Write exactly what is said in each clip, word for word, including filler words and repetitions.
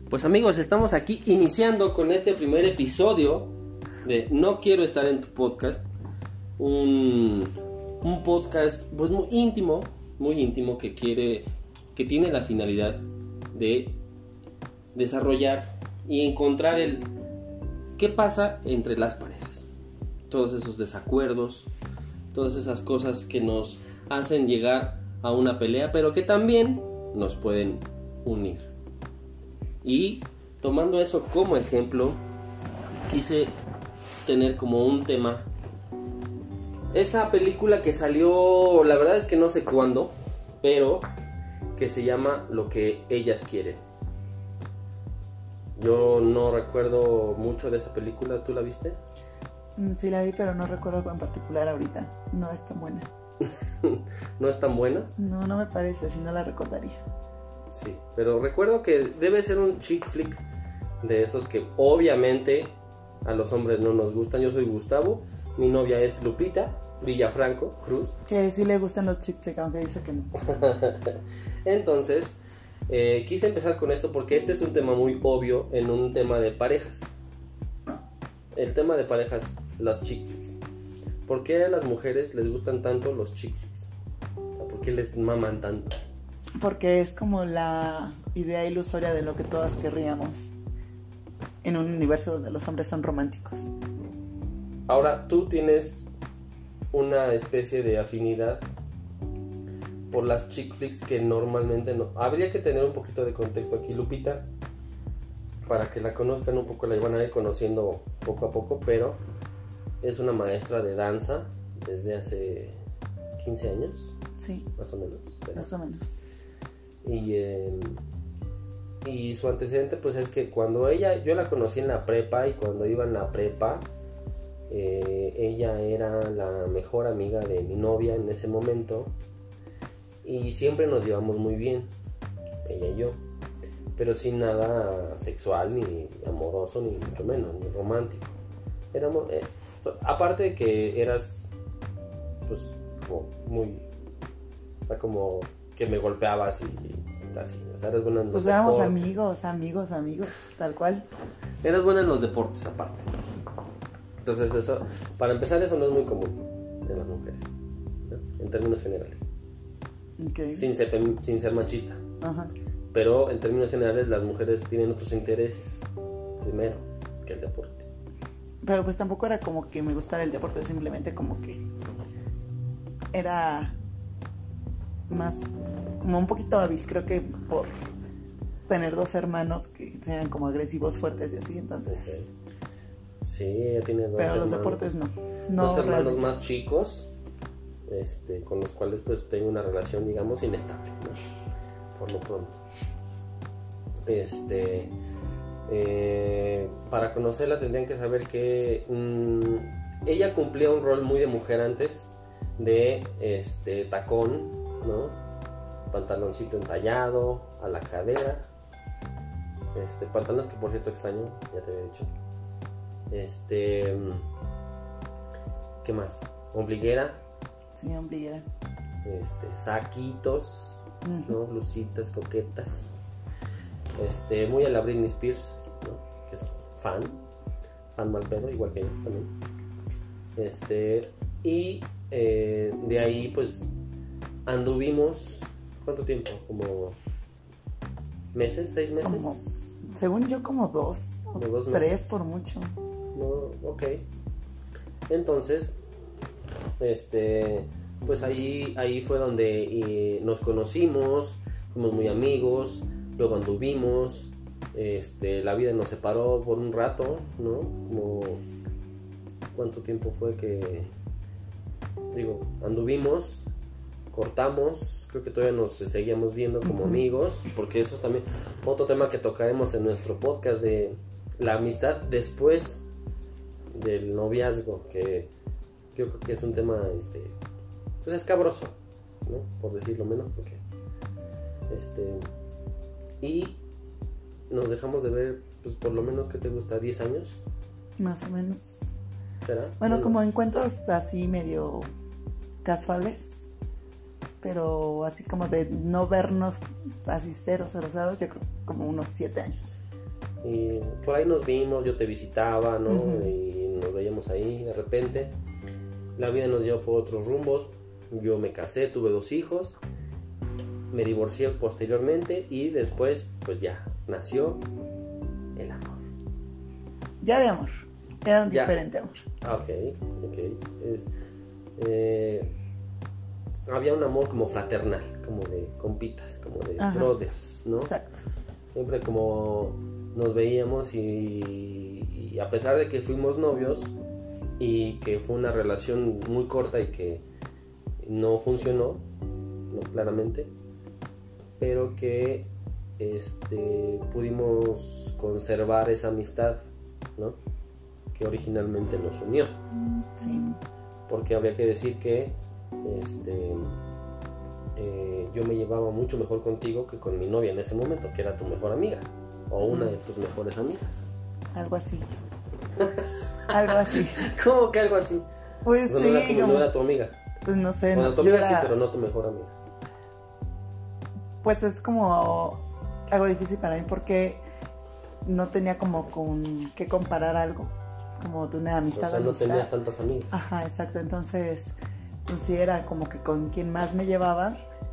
Pues amigos, estamos aquí iniciando con este primer episodio de No Quiero Estar en Tu Podcast. Un, un podcast pues muy íntimo, muy íntimo que quiere, que tiene la finalidad de desarrollar y encontrar el qué pasa entre las parejas. Todos esos desacuerdos, todas esas cosas que nos hacen llegar a una pelea, pero que también nos pueden unir. Y tomando eso como ejemplo, quise tener como un tema esa película que salió, la verdad es que no sé cuándo, pero que se llama Lo que ellas quieren. Yo no recuerdo mucho de esa película, ¿tú la viste? Sí la vi, pero no recuerdo en particular ahorita. No es tan buena. ¿No es tan buena? No, no me parece, si no la recordaría. Sí, pero recuerdo que debe ser un chick flick de esos que obviamente a los hombres no nos gustan. Yo soy Gustavo, mi novia es Lupita Villafranco Cruz. Que sí le gustan los chick flick, aunque dice que no. Entonces, eh, quise empezar con esto porque este es un tema muy obvio en un tema de parejas. El tema de parejas, las chick flicks. ¿Por qué a las mujeres les gustan tanto los chick flicks? O sea, ¿por qué les maman tanto? Porque es como la idea ilusoria de lo que todas querríamos en un universo donde los hombres son románticos. Ahora, tú tienes una especie de afinidad por las chick flicks que normalmente no. Habría que tener un poquito de contexto aquí, Lupita, para que la conozcan un poco, la van a ir conociendo poco a poco, pero es una maestra de danza desde hace quince años. Sí. Más o menos. ¿Será? Más o menos. Y, eh, y su antecedente pues es que cuando ella, yo la conocí en la prepa y cuando iba en la prepa, eh, ella era la mejor amiga de mi novia en ese momento y siempre nos llevamos muy bien, ella y yo, pero sin nada sexual ni amoroso ni mucho menos, ni romántico. Éramos, eh, aparte de que eras pues como muy, o sea, como que me golpeabas y, y así, o sea, eres buena en los Pues éramos deportes. amigos, amigos, amigos, tal cual. Eres buena en los deportes aparte. Entonces eso, para empezar, eso no es muy común en las mujeres, ¿no? En términos generales. Okay. Sin ser, fem- sin ser machista. Ajá. Pero en términos generales las mujeres tienen otros intereses. Primero, que el deporte. Pero pues tampoco era como que me gustara el deporte, simplemente como que era más, como un poquito hábil, creo que por tener dos hermanos que eran como agresivos, fuertes y así, entonces. Okay. Sí, ella tiene dos Pero hermanos. los deportes no. no dos hermanos realmente. más chicos, este, con los cuales pues tengo una relación, digamos, inestable, ¿no? Por lo pronto. Este, eh, para conocerla tendrían que saber que mmm, ella cumplía un rol muy de mujer antes, de este tacón, ¿no? Pantaloncito entallado a la cadera, este pantalones que por cierto extraño, ya te había dicho. Este, ¿qué más? Ombliguera, Sí, ombliguera. este, saquitos, Uh-huh. ¿no? Blusitas coquetas. Este, muy a la Britney Spears, ¿no? Que es fan, fan mal pedo, igual que yo también. Este, y eh, de ahí pues anduvimos, ¿cuánto tiempo? Como meses, seis meses. Como, según yo, como dos o De dos tres meses. por mucho. No, ok. Entonces, este, pues ahí, ahí fue donde eh, nos conocimos, fuimos muy amigos, luego anduvimos, este, la vida nos separó por un rato, ¿no? Como, ¿cuánto tiempo fue que, digo, anduvimos, cortamos, creo que todavía nos seguíamos viendo como Uh-huh. amigos, porque eso es también otro tema que tocaremos en nuestro podcast de la amistad después del noviazgo, que yo creo que es un tema este pues escabroso, ¿no? Por decirlo menos, porque este y nos dejamos de ver pues por lo menos, que te gusta, diez años, Más o menos. ¿será? Bueno, Menos. como encuentros así medio casuales, pero así como de no vernos así cero, cero, cero, yo creo como unos siete años. Y por ahí nos vimos, yo te visitaba, ¿no? Uh-huh. Y nos veíamos ahí, de repente la vida nos llevó por otros rumbos. Yo me casé, tuve dos hijos, me divorcié posteriormente y después pues ya nació el amor. Ya de amor, era un Ya. diferente amor. Ok, ok. Es, eh, había un amor como fraternal, como de compitas, como de Ajá. brothers, ¿no? Exacto. Siempre como nos veíamos y, y a pesar de que fuimos novios y que fue una relación muy corta y que no funcionó, no, claramente, pero que este, pudimos conservar esa amistad, ¿no? Que originalmente nos unió. Sí. Porque habría que decir que este, eh, yo me llevaba mucho mejor contigo que con mi novia en ese momento, que era tu mejor amiga o una de tus mejores amigas. Algo así. Algo así. ¿Cómo que algo así? Pues No, sí, no, era tu, como, no era tu amiga. pues no sé. Bueno, no, tu yo amiga sí, era- pero no tu mejor amiga. Pues es como algo difícil para mí porque no tenía como con qué comparar algo, como de una O amistad. sea, no amistad. tenías tantas amigas. Ajá, exacto. Entonces, pues sí era como que con quien más me llevaba.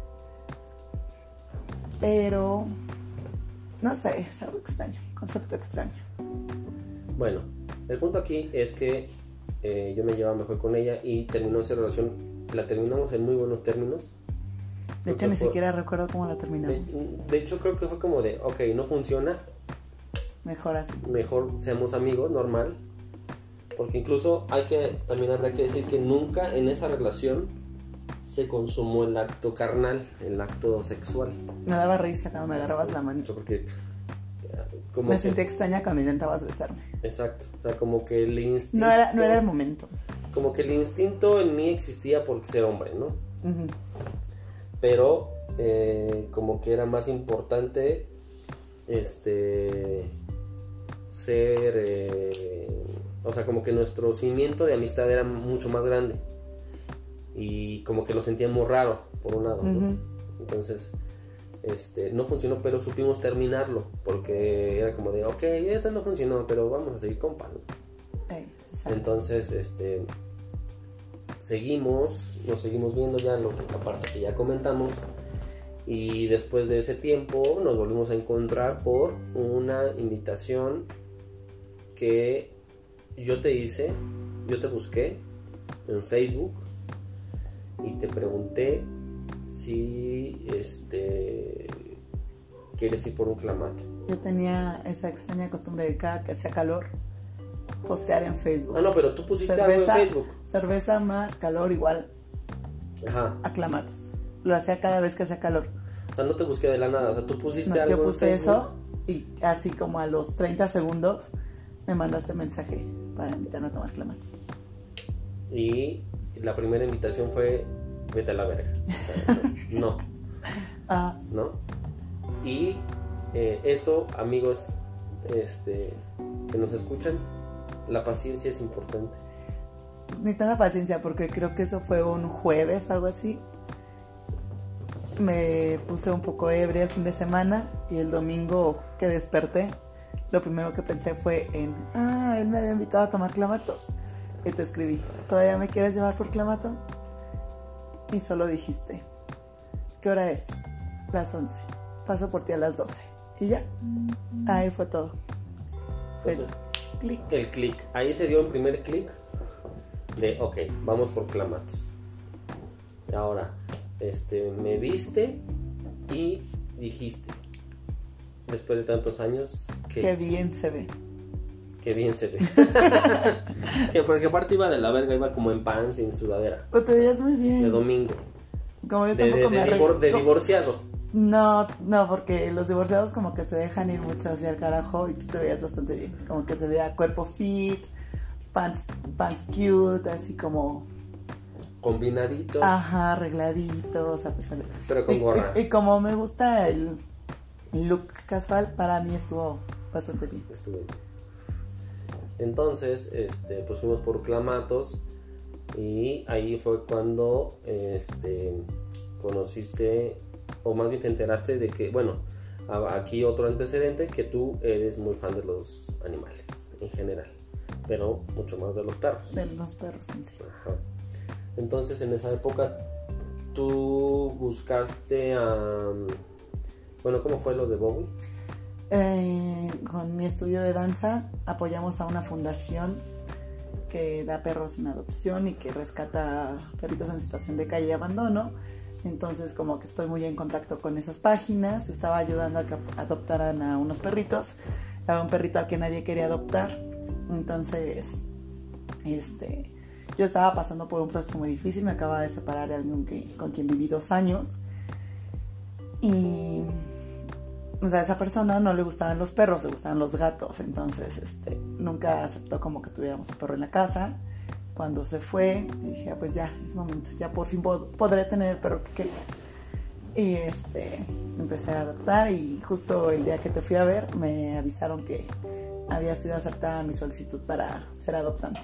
Pero, no sé, es algo extraño, concepto extraño. Bueno, el punto aquí es que eh, yo me llevaba mejor con ella y terminó esa relación. La terminamos en muy buenos términos. De hecho, Creo ni que fue- siquiera recuerdo cómo la De, terminamos. de hecho, creo que fue como de, ok, no funciona, Mejor así. mejor seamos amigos, normal. Porque incluso hay que, también habrá que decir que nunca en esa relación se consumó el acto carnal, el acto sexual. Me daba risa cuando me agarrabas la mano. O sea, porque eh, como Me que- sentía extraña cuando intentabas besarme. exacto, o sea, como que el instinto No era, no era el momento. como que el instinto en mí existía por ser hombre, ¿no? Ujú. Pero eh, como que era más importante este ser eh, o sea, como que nuestro cimiento de amistad era mucho más grande y como que lo sentíamos raro por un lado, ¿no? Ujú. Entonces este no funcionó, pero supimos terminarlo porque era como de ok, esto no funcionó, pero vamos a seguir compas, ¿no? Eh, exacto. Entonces, este, seguimos, nos seguimos viendo ya, lo que aparte que ya comentamos, y después de ese tiempo nos volvimos a encontrar por una invitación que yo te hice, yo te busqué en Facebook y te pregunté si, este, quieres ir por un clamato. Yo tenía esa extraña costumbre de cada que hacía calor postear en Facebook. Ah, no, pero tú pusiste cerveza, algo en Facebook. cerveza más calor igual Ajá. a clamatos. Lo hacía cada vez que hacía calor. O sea, no te busqué de la nada, o sea, tú pusiste No, algo yo puse en Facebook. eso y así como a los treinta segundos me mandaste mensaje para invitarme a tomar clamatos. Y la primera invitación fue vete a la verga. O sea, no, Ah, ¿no? Y eh, esto, amigos, este, que nos escuchan, la paciencia es importante. pues ni tanta paciencia porque creo que eso fue un jueves o algo así. Me puse un poco ebria el fin de semana y el domingo que desperté, lo primero que pensé fue en, ah, él me había invitado a tomar clamatos. Y te escribí, ¿todavía me quieres llevar por clamato? Y solo dijiste, ¿qué hora es? Las once. Paso por ti a las doce. Y ya, ahí fue todo. Fue Entonces, clic. el clic, ahí se dio el primer clic de, ok, vamos por clamatos. Y ahora, este, me viste y dijiste, después de tantos años, que Qué bien se ve. qué bien se ve. Que porque aparte iba de la verga, iba como en pants y en sudadera, Pero te veías muy bien. de domingo, Como yo de, de, tampoco me de arreglo. divor- de divorciado. No, no, porque los divorciados como que se dejan ir mucho hacia el carajo y tú te veías bastante bien. Como que se veía cuerpo fit, pants, pants cute, así como, Combinadito, ajá, arregladitos, a pesar de... pero con Y, gorra. y- y como me gusta el look casual, para mí estuvo bastante bien. Estuvo bien. Entonces, este, pues fuimos por clamatos y ahí fue cuando este, conociste, o más bien te enteraste de que, bueno, aquí otro antecedente, que tú eres muy fan de los animales en general, pero mucho más de los perros. De los perros en sí. Ajá. Entonces, en esa época, tú buscaste a... Bueno, ¿cómo fue lo de Bowie? Eh, con mi estudio de danza apoyamos a una fundación que da perros en adopción y que rescata perritos en situación de calle y abandono. Entonces como que estoy muy en contacto con esas páginas. Estaba ayudando a que adoptaran a unos perritos. Era un perrito al que nadie quería adoptar. Entonces este, yo estaba pasando por un proceso muy difícil. Me acababa de separar de alguien que, con quien viví dos años. Y o sea, a esa persona no le gustaban los perros, le gustaban los gatos. Entonces este, nunca aceptó como que tuviéramos un perro en la casa. Cuando se fue, dije, ah, pues ya, es momento, ya por fin pod- podré tener el perro que quería. Y este, empecé a adoptar y justo el día que te fui a ver me avisaron que había sido aceptada mi solicitud para ser adoptante.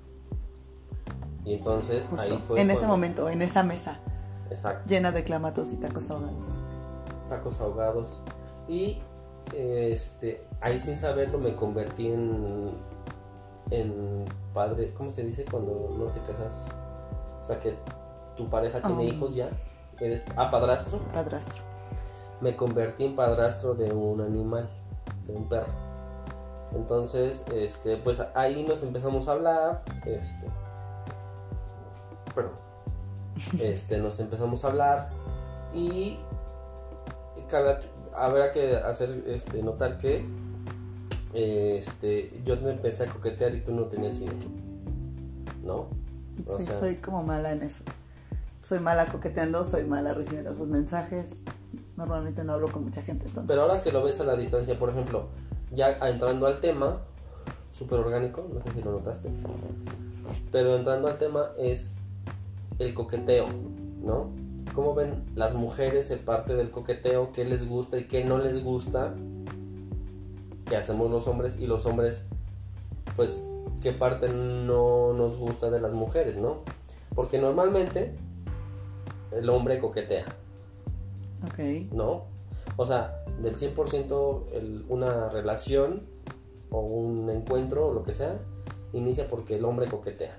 Y entonces Justo ahí fue en cuando... ese momento, en esa mesa. Exacto. Llena de clamatos y tacos ahogados. Tacos ahogados. Y este, ahí sin saberlo me convertí en... en padre, ¿cómo se dice cuando no te casas? O sea, que tu pareja tiene Oh. hijos ya. ¿Eres ah, padrastro? Padrastro. Me convertí en padrastro de un animal, de un perro. Entonces, este, pues ahí nos empezamos a hablar, este, perdón, este, nos empezamos a hablar y cada, habrá que hacer, este, notar que Este, yo te empecé a coquetear y tú no tenías idea, ¿no? O Sí, sea, soy como mala en eso. Soy mala coqueteando, soy mala recibiendo esos mensajes. Normalmente no hablo con mucha gente, entonces. pero ahora que lo ves a la distancia, por ejemplo, ya entrando al tema, súper orgánico, no sé si lo notaste, pero entrando al tema es el coqueteo, ¿no? ¿Cómo ven las mujeres en parte del coqueteo? ¿Qué les gusta y qué no les gusta? Que hacemos los hombres, y los hombres, pues, qué parte no nos gusta de las mujeres, ¿no? Porque normalmente el hombre coquetea, Ok. ¿no? O sea, del cien por ciento el, una relación o un encuentro o lo que sea inicia porque el hombre coquetea,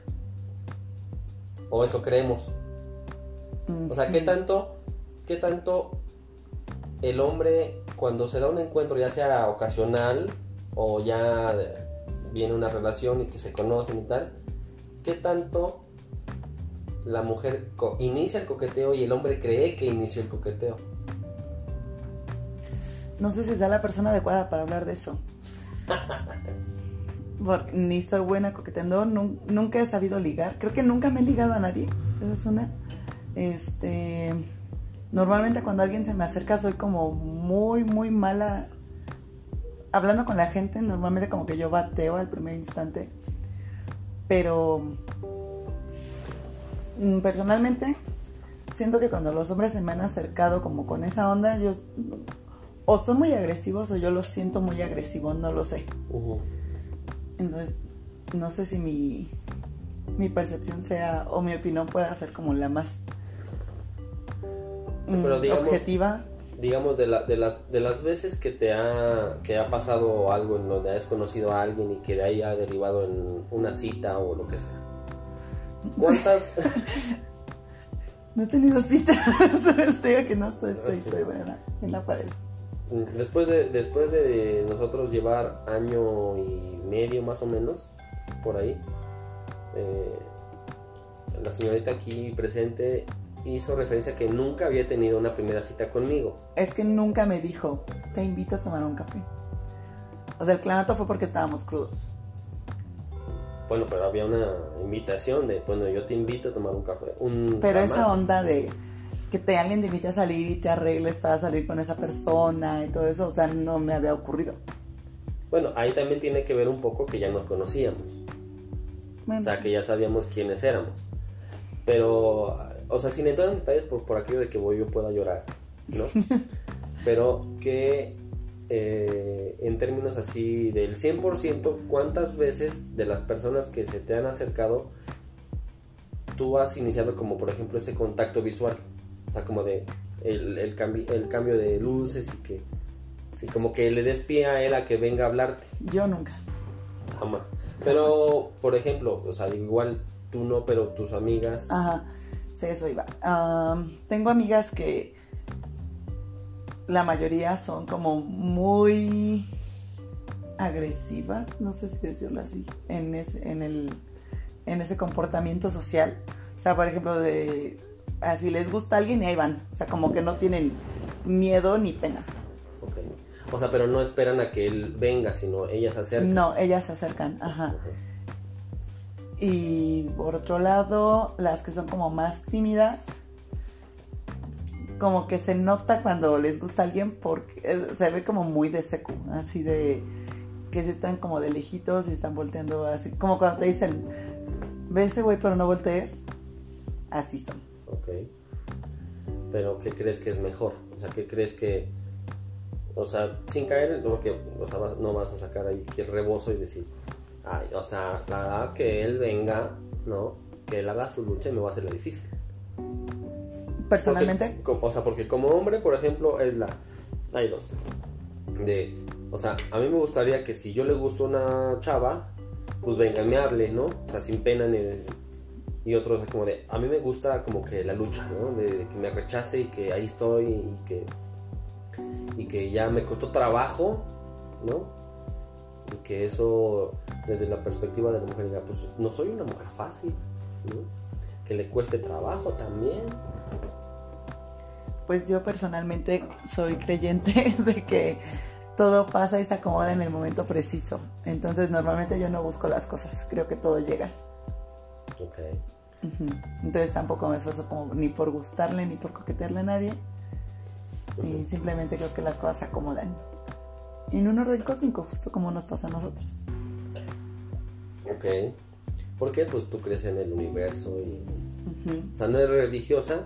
o eso creemos. O sea, ¿qué tanto, qué tanto el hombre, cuando se da un encuentro, ya sea ocasional o ya viene una relación y que se conocen y tal, qué tanto la mujer co- inicia el coqueteo y el hombre cree que inició el coqueteo? No sé si sea la persona adecuada para hablar de eso. Porque ni soy buena coqueteando, nun- nunca he sabido ligar. Creo que nunca me he ligado a nadie. Esa es una. Este. Normalmente cuando alguien se me acerca soy como muy, muy mala hablando con la gente. Normalmente como que yo bateo al primer instante. Pero mm, personalmente siento que cuando los hombres se me han acercado como con esa onda, yo o son muy agresivos o yo los siento muy agresivos, no lo sé. Uh-huh. Entonces no sé si mi, mi percepción sea o mi opinión pueda ser como la más Sí, pero digamos, objetiva. digamos de, la, de, las, de las veces que te ha, que ha pasado algo en donde has conocido a alguien y que de ahí ha derivado en una cita o lo que sea, ¿cuántas? No he tenido cita. Solo te digo que no soy, soy, Sí. soy buena en la pared. Después de, después de nosotros llevar año y medio más o menos, por ahí, eh, la señorita aquí presente hizo referencia a que nunca había tenido una primera cita conmigo. Es que nunca me dijo, te invito a tomar un café. O sea, el clamato fue porque estábamos crudos. Bueno, pero había una invitación de, bueno, yo te invito a tomar un café. Un Pero clamato. esa onda de que te alguien te invite a salir y te arregles para salir con esa persona y todo eso, o sea, no me había ocurrido. Bueno, ahí también tiene que ver un poco que ya nos conocíamos. Bueno, O sea, sí. que ya sabíamos quiénes éramos. Pero, o sea, sin entrar en detalles por, por aquello de que voy, yo pueda llorar, ¿no? Pero que eh, en términos así del cien por ciento, ¿cuántas veces de las personas que se te han acercado tú has iniciado como, por ejemplo, ese contacto visual? O sea, como de el, el, cambi- el cambio de luces y que Y como que le des pie a él a que venga a hablarte. Yo nunca. Jamás. Pero, por ejemplo, o sea, igual tú no, pero tus amigas. Ajá, sí, eso iba. Um, tengo amigas que la mayoría son como muy agresivas, no sé si decirlo así, en ese, en el, en ese comportamiento social. O sea, por ejemplo, de así les gusta a alguien y ahí van. O sea, como que no tienen miedo ni pena. Ok. O sea, pero no esperan a que él venga, sino ellas se acercan. No, ellas se acercan, ajá. Uh-huh. Y por otro lado, las que son como más tímidas, como que se nota cuando les gusta alguien porque se ve como muy de seco, así de que se están como de lejitos y están volteando así, como cuando te dicen, ve ese güey pero no voltees, así son. Ok. Pero ¿qué crees que es mejor? O sea, ¿qué crees que, o sea, sin caer, porque, o sea, no vas a sacar ahí que el rebozo y decir, ay, o sea, la verdad que él venga, ¿no? Que él haga su lucha y me va a hacer la difícil. Personalmente. Porque, o sea, porque como hombre, por ejemplo, es la... Hay dos. De, o sea, a mí me gustaría que si yo le gusto a una chava, pues venga y me hable, ¿no? O sea, sin pena ni... Y otros, o sea, como de, a mí me gusta como que la lucha, ¿no? De, de que me rechace y que ahí estoy y que... Y que ya me costó trabajo, ¿no? Y que eso, desde la perspectiva de la mujer, diga, pues no soy una mujer fácil, ¿no? Que le cueste trabajo también. Pues yo personalmente soy creyente de que todo pasa y se acomoda en el momento preciso. Entonces normalmente yo no busco las cosas, creo que todo llega. Ok. Uh-huh. Entonces tampoco me esfuerzo como ni por gustarle ni por coquetearle a nadie. Uh-huh. Y simplemente creo que las cosas se acomodan en un orden cósmico, justo como nos pasó a nosotros. Ok. ¿Por qué? Pues tú crees en el universo y... Uh-huh. O sea, no eres religiosa,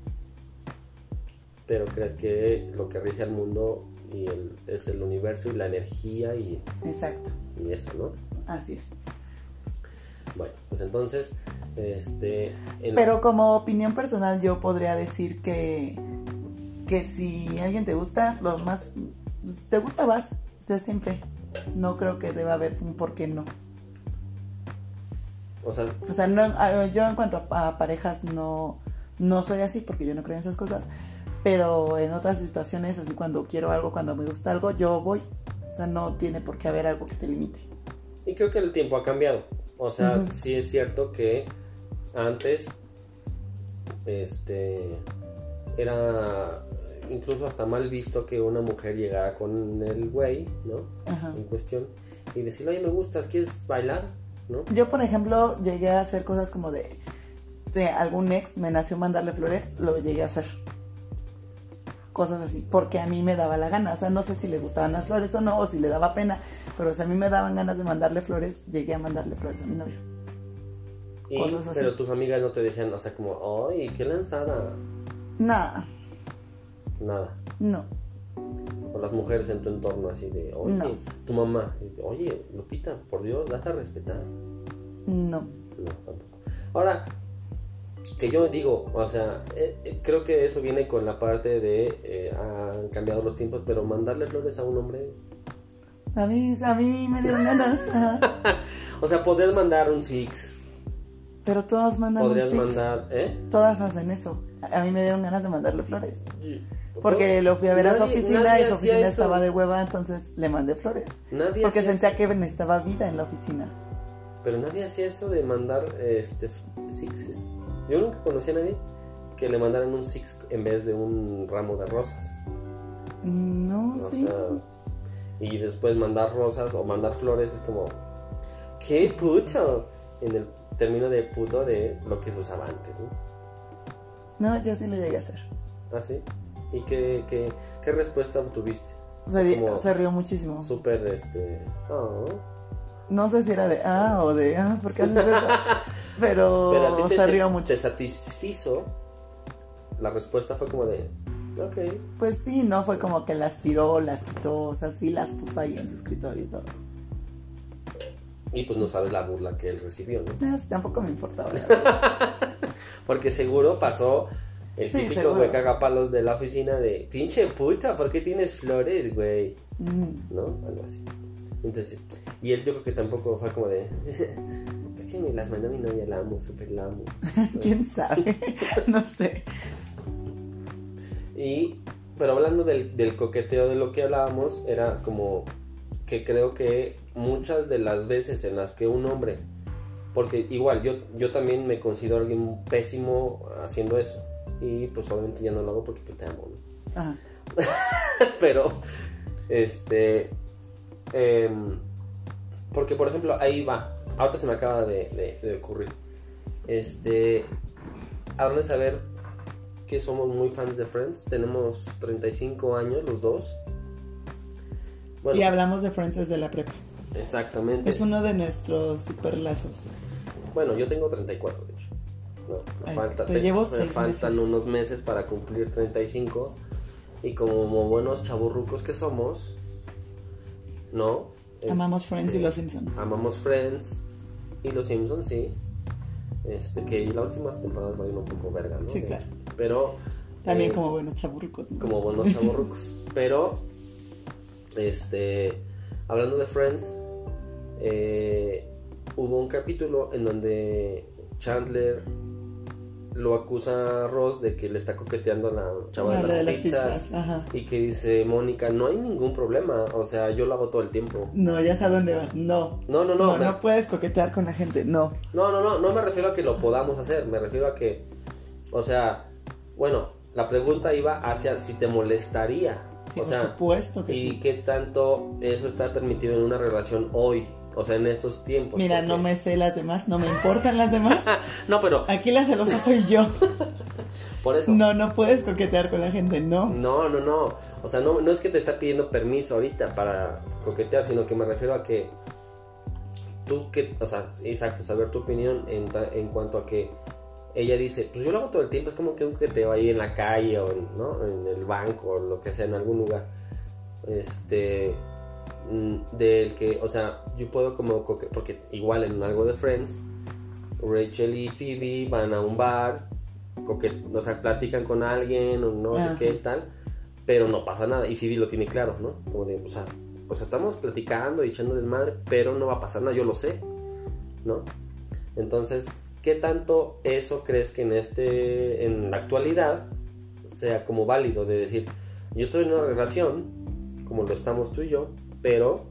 pero crees que lo que rige al mundo y el, es el universo y la energía y... Exacto. Y eso, ¿no? Así es. Bueno, pues entonces, este... En... Pero como opinión personal yo podría decir que, que si alguien te gusta, lo más... Si te gusta, vas. O sea, siempre. No creo que deba haber un por qué no. O sea... O sea, no, yo en cuanto a, a parejas no, no soy así porque yo no creo en esas cosas. Pero en otras situaciones, así cuando quiero algo, cuando me gusta algo, yo voy. O sea, no tiene por qué haber algo que te limite. Y creo que el tiempo ha cambiado. O sea, uh-huh. Sí es cierto que antes este era incluso hasta mal visto que una mujer llegara con el güey, ¿no? Uh-huh. En cuestión y decirle, oye, me gustas, ¿quieres bailar? ¿No? Yo, por ejemplo, llegué a hacer cosas como de, de algún ex me nació mandarle flores, lo llegué a hacer. Cosas así, porque a mí me daba la gana. O sea, no sé si le gustaban las flores o no, o si le daba pena, pero si a mí me daban ganas de mandarle flores, llegué a mandarle flores a mi novio. Y, cosas así. Pero tus amigas no te decían, o sea, como, ¡ay, qué lanzada! Nada. Nada. No. O las mujeres en tu entorno así de, oye, no. Tu mamá, oye, Lupita, por Dios, date a respetar. No. No, tampoco. Ahora, que yo digo, o sea, eh, eh, creo que eso viene con la parte de eh, han cambiado los tiempos, pero mandarle flores a un hombre... A mí, a mí me dieron ganas. O sea, podrías mandar un six. Pero todas mandan un six. Podrías mandar, ¿eh? Todas hacen eso. A mí me dieron ganas de mandarle flores. Porque lo fui a ver nadie, a su oficina y su oficina eso. Estaba de hueva, entonces le mandé flores. Nadie porque sentía eso. Que necesitaba vida en la oficina. Pero nadie hacía eso de mandar este sixes. Yo nunca conocí a nadie que le mandaran un six en vez de un ramo de rosas. No, o sí. Sea, y después mandar rosas o mandar flores es como... ¡Qué puto! En el término de puto de lo que se usaba antes, ¿no? No, yo sí lo llegué a hacer. ¿Ah, sí? ¿Y qué, qué, qué respuesta obtuviste? Se, se rió muchísimo. Súper, este... Oh. No sé si era de ah o de ah, ¿por qué haces eso? Pero, Pero a ti te se rió mucho. ¿Te satisfizo? La respuesta fue como de... Ok. Pues sí, no fue como que las tiró, las quitó, o sea, sí las puso ahí en su escritorio y todo. Y pues no sabes la burla que él recibió, ¿no? No, tampoco me importaba. Porque seguro pasó el sí, típico güey cagapalos de la oficina de... Pinche puta, ¿por qué tienes flores, güey? Mm. ¿no? Algo así. Entonces, y él yo creo que tampoco fue como de, es que me las mandó mi novia, la amo, súper la amo, ¿no? ¿Quién sabe? No sé. Y, pero hablando del, del coqueteo de lo que hablábamos, era como que creo que muchas de las veces en las que un hombre, porque igual yo, yo también me considero alguien pésimo haciendo eso, y pues obviamente ya no lo hago porque pues te amo, ¿no? Ajá. Pero, este... Eh, porque por ejemplo ahí va, ahorita se me acaba de, de, de ocurrir, este, habrán de saber que somos muy fans de Friends, tenemos treinta y cinco años los dos. Bueno, y hablamos de Friends desde la prepa. Exactamente. Es uno de nuestros super lazos. Bueno, yo tengo treinta y cuatro de hecho. No, me Ay, falta, te te, llevo me seis faltan meses. unos meses para cumplir treinta y cinco. Y como buenos chavorrucos que somos, ¿no? Amamos Este, Friends y Los Simpsons. Amamos Friends y Los Simpsons, sí. Este, que las últimas temporadas van un poco verga, ¿no? Sí, claro. Pero... También eh, como buenos chaburrucos, ¿no? Como buenos chavorrucos. Pero, este... hablando de Friends, eh, hubo un capítulo en donde Chandler lo acusa a Ross de que le está coqueteando a la chava Ah, de las, de las pizzas, pizzas. Ajá. y que dice Mónica, no hay ningún problema, o sea, yo lo hago todo el tiempo. No, ya sé a dónde vas. No. No, no, no. No, me... no puedes coquetear con la gente. No. No, no, no, no me refiero a que lo podamos hacer, me refiero a que, o sea, bueno, la pregunta iba hacia si te molestaría. Sí, o por sea, supuesto que y sí. qué tanto eso está permitido en una relación hoy, o sea, en estos tiempos. Mira, porque... no me sé las demás, no me importan las demás. No, pero... Aquí la celosa soy yo. Por eso. No, no puedes coquetear con la gente, no. No, no, no. O sea, no, no es que te está pidiendo permiso ahorita para coquetear, sino que me refiero a que tú que, o sea, exacto, saber tu opinión en, en cuanto a que ella dice, pues yo lo hago todo el tiempo, es como que un coqueteo ahí en la calle o en, ¿no? en el banco o lo que sea, en algún lugar. Este, del que, o sea, yo puedo como coque, porque igual en algo de Friends, Rachel y Phoebe van a un bar, coque, o sea, platican con alguien o no sé qué tal, pero no pasa nada y Phoebe lo tiene claro, ¿no? Como de, o sea, o sea, estamos platicando y echando desmadre, pero no va a pasar nada, yo lo sé, ¿no? Entonces, ¿qué tanto eso crees que en este, en la actualidad sea como válido de decir, yo estoy en una relación, como lo estamos tú y yo, pero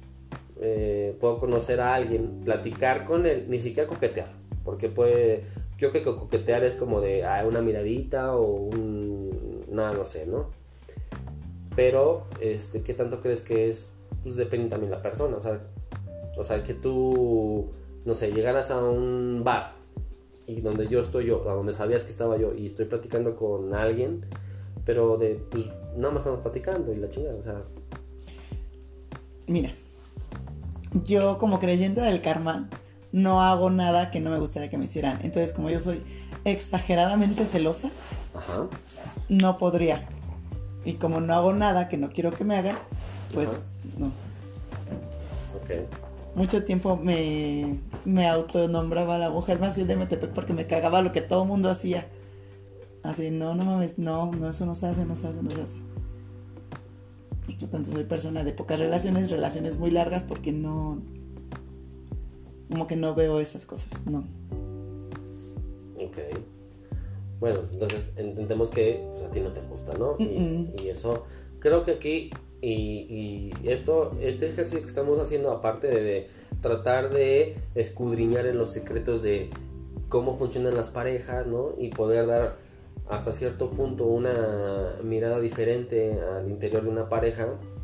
eh, puedo conocer a alguien, platicar con él, ni siquiera coquetear, porque puede, yo creo que coquetear es como de ah, una miradita o un, nada, no sé, ¿no? Pero, este, ¿qué tanto crees que es? Pues depende también de la persona, o sea, o sea, que tú, no sé, llegaras a un bar y donde yo estoy yo, a donde sabías que estaba yo y estoy platicando con alguien, pero de, pues, nada más estamos platicando y la chingada, o sea. Mira, yo como creyente del karma no hago nada que no me gustaría que me hicieran. Entonces, como yo soy exageradamente celosa, Ajá. no podría. Y como no hago nada que no quiero que me hagan, pues Ajá. no. Ok. Mucho tiempo me, me autonombraba la mujer más fiel de Metepec porque me cagaba lo que todo el mundo hacía. Así, no, no mames, no, no, eso no se hace, no se hace, no se hace. Y por tanto soy persona de pocas relaciones, relaciones muy largas porque no, como que no veo esas cosas, no. Ok. Bueno, entonces entendemos que pues, a ti no te gusta, ¿no? Y, y eso, creo que aquí, y, y esto, este ejercicio que estamos haciendo, aparte de, de tratar de escudriñar en los secretos de cómo funcionan las parejas, ¿no? Y poder dar hasta cierto punto una mirada diferente al interior de una pareja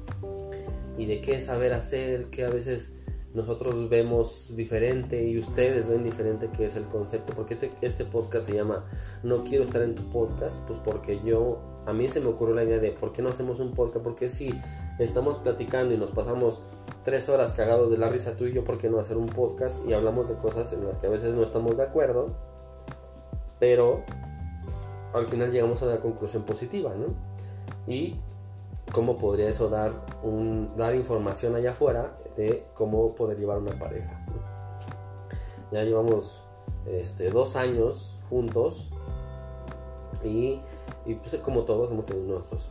y de qué saber hacer, que a veces nosotros vemos diferente y ustedes ven diferente, que es el concepto, porque este, este podcast se llama No quiero estar en tu podcast, pues porque yo, a mí se me ocurrió la idea de ¿por qué no hacemos un podcast? Porque si estamos platicando y nos pasamos tres horas cagados de la risa tú y yo, ¿por qué no hacer un podcast? Y hablamos de cosas en las que a veces no estamos de acuerdo, pero al final llegamos a una conclusión positiva, ¿no? Y cómo podría eso dar un dar información allá afuera de cómo poder llevar una pareja, ¿no? Ya llevamos este, dos años juntos y, y pues como todos hemos tenido nuestros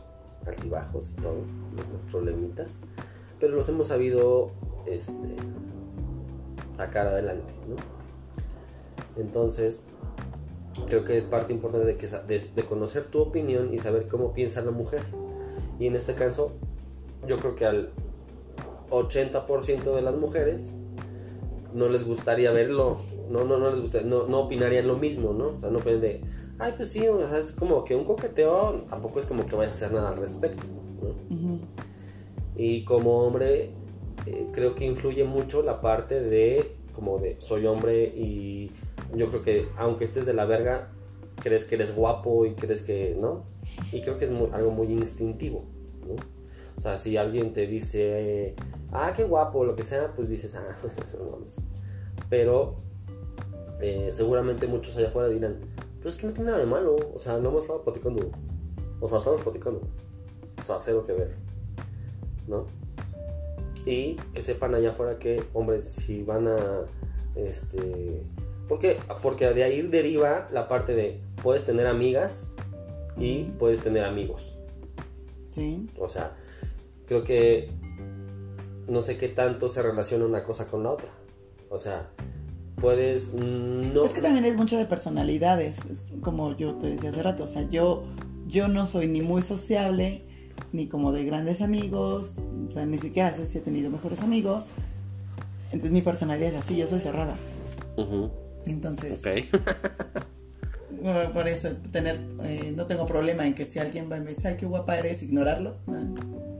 altibajos y todo, nuestros problemitas, pero los hemos sabido este, sacar adelante, ¿no? Entonces, creo que es parte importante de, que, de, de conocer tu opinión y saber cómo piensa la mujer. Y en este caso, yo creo que al ochenta por ciento de las mujeres no les gustaría verlo, no, no, no les gustaría, no, no opinarían lo mismo, ¿no? O sea, no opinan de, ay, pues sí, o sea, es como que un coqueteo, tampoco es como que vaya a hacer nada al respecto, ¿no? Uh-huh. Y como hombre, eh, creo que influye mucho la parte de, como de, soy hombre y yo creo que aunque estés de la verga, crees que eres guapo y crees que, ¿no? Y creo que es muy, algo muy instintivo, ¿no? O sea, si alguien te dice, ah, qué guapo, lo que sea, pues dices, ah, eso no vamos. Pero eh, seguramente muchos allá afuera dirán, pero es que no tiene nada de malo, o sea, no hemos estado platicando, o sea, estamos platicando, o sea, cero que ver, ¿no? Y que sepan allá afuera que, hombre, si van a, este, ¿por qué? Porque de ahí deriva la parte de, puedes tener amigas y puedes tener amigos. Sí. O sea, creo que no sé qué tanto se relaciona una cosa con la otra. O sea, puedes no... Es que también es mucho de personalidades, es como yo te decía hace rato. O sea, yo, yo no soy ni muy sociable, ni como de grandes amigos. O sea, ni siquiera sé si he tenido mejores amigos. Entonces mi personalidad es así, yo soy cerrada. Uh-huh. Entonces... Okay. Por eso, tener, eh, no tengo problema en que si alguien va y me dice, ay, qué guapa eres, ignorarlo. No.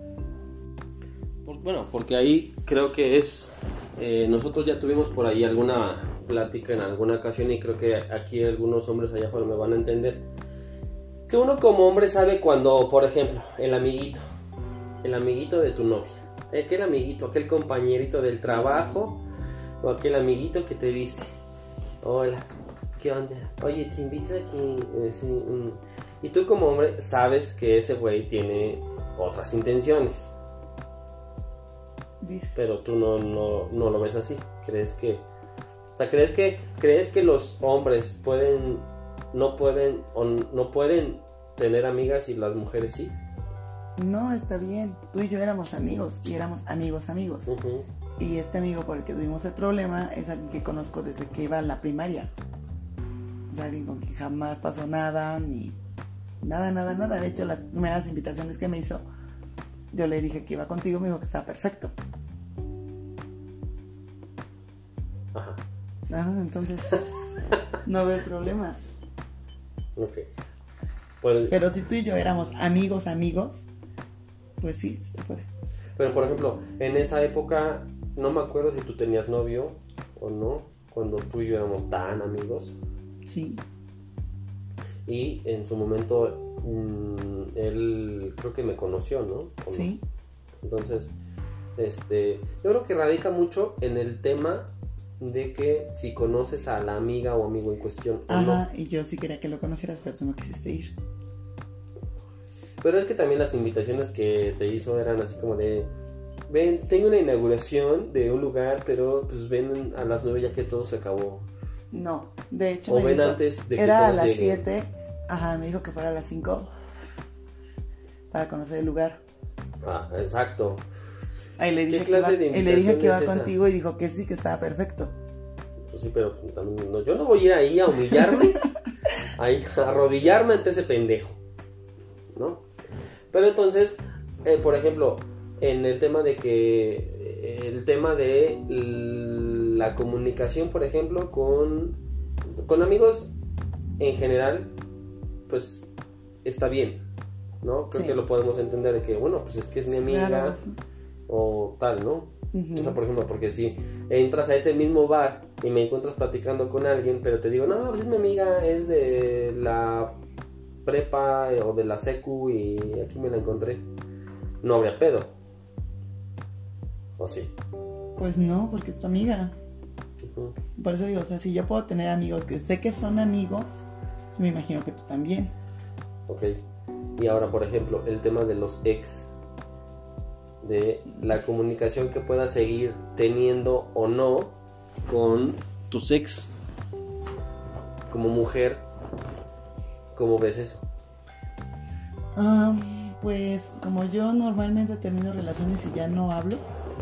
Bueno, porque ahí creo que es, eh, nosotros ya tuvimos por ahí alguna plática en alguna ocasión y creo que aquí algunos hombres allá afuera me van a entender. Que uno como hombre sabe cuando, por ejemplo, el amiguito, el amiguito de tu novia, aquel amiguito, aquel compañerito del trabajo o aquel amiguito que te dice, hola, ¿qué onda? Oye, te invito aquí. Eh, sí, mm. Y tú como hombre sabes que ese güey tiene otras intenciones. Dice. Pero tú no, no, no lo ves así. Crees que... O sea, ¿crees que, crees que los hombres pueden... No pueden... O no pueden tener amigas y las mujeres sí? No, está bien. Tú y yo éramos amigos. Y éramos amigos, amigos. Uh-huh. Y este amigo por el que tuvimos el problema es alguien que conozco desde que iba a la primaria. Es alguien con quien jamás pasó nada, ni nada, nada, nada. De hecho, las primeras invitaciones que me hizo, yo le dije que iba contigo, me dijo que estaba perfecto. Ajá. Ah, entonces, no veo problema. Ok. Pues, pero si tú y yo éramos amigos, amigos, pues sí, sí se puede. Pero, por ejemplo, en esa época, no me acuerdo si tú tenías novio o no, cuando tú y yo éramos tan amigos. Sí. Y en su momento mmm, él creo que me conoció, ¿no? Sí. No? Entonces, este, yo creo que radica mucho en el tema de que si conoces a la amiga o amigo en cuestión. Ajá, o no. Y yo sí quería que lo conocieras, pero tú no quisiste ir. Pero es que también las invitaciones que te hizo eran así como de, ven, tengo una inauguración de un lugar, pero pues ven a las nueve ya que todo se acabó. No, de hecho o me ven dijo, antes de que era a todos las lleguen. siete, ajá, me dijo que fuera a las cinco para conocer el lugar. Ah, exacto. Ahí le dije ¿Qué clase que iba, de y le dije que iba invitación es esa? contigo y dijo que sí, que estaba perfecto. Pues sí, pero también no, yo no voy a ir ahí a humillarme, ahí, a arrodillarme ante ese pendejo, ¿no? Pero entonces, eh, por ejemplo, en el tema de que, el tema de la comunicación, por ejemplo, con, con amigos en general, pues está bien, ¿no? Creo sí. que lo podemos entender de que, bueno, pues es que es mi amiga, claro. O tal, ¿no? Uh-huh. O sea, por ejemplo, porque si entras a ese mismo bar y me encuentras platicando con alguien, pero te digo, no, pues es mi amiga, es de la prepa o de la secu y aquí me la encontré, no habría pedo. ¿O sí? Pues no, porque es tu amiga. Uh-huh. Por eso digo, o sea, si yo puedo tener amigos que sé que son amigos, yo me imagino que tú también. Ok. Y ahora, por ejemplo, el tema de los ex, de la comunicación que puedas seguir teniendo o no con tus ex. Como mujer, ¿cómo ves eso? Um, Pues como yo normalmente termino relaciones y ya no hablo,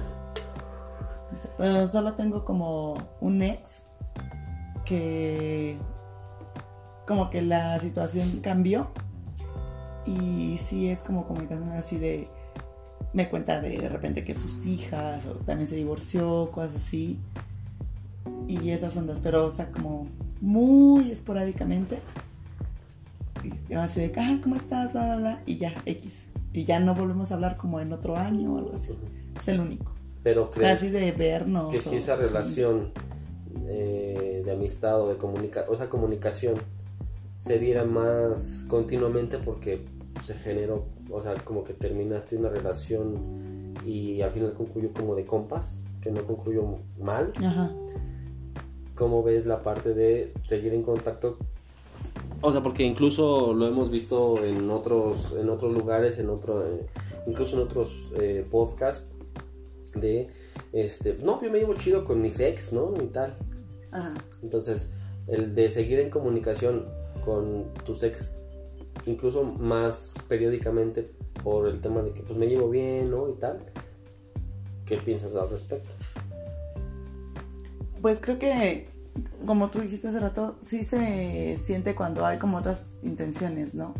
pero solo tengo como un ex que como que la situación cambió y sí es como comunicación así de, me cuenta de, de repente que sus hijas o también se divorció, cosas así y esas ondas, pero o sea como muy esporádicamente y así de, ah, ¿cómo estás? Bla, bla, bla, y ya, X, y ya no volvemos a hablar como en otro año o algo así, es el único. Pero crees así de vernos que si esa relación eh, de amistad o de comunicación, o esa comunicación se diera más continuamente porque se generó, o sea, como que terminaste una relación y al final concluyó como de compas, que no concluyó mal. Ajá. ¿Cómo ves la parte de seguir en contacto? O sea, porque incluso lo hemos visto en otros en otros lugares, en otro, eh, incluso en otros eh, podcasts de, este, no, yo me llevo chido con mis ex, ¿no? Y tal. Ajá. Entonces, el de seguir en comunicación con tus ex, incluso más periódicamente por el tema de que pues me llevo bien, ¿no? Y tal. ¿Qué piensas al respecto? Pues creo que, como tú dijiste hace rato, sí se siente cuando hay como otras intenciones, ¿no?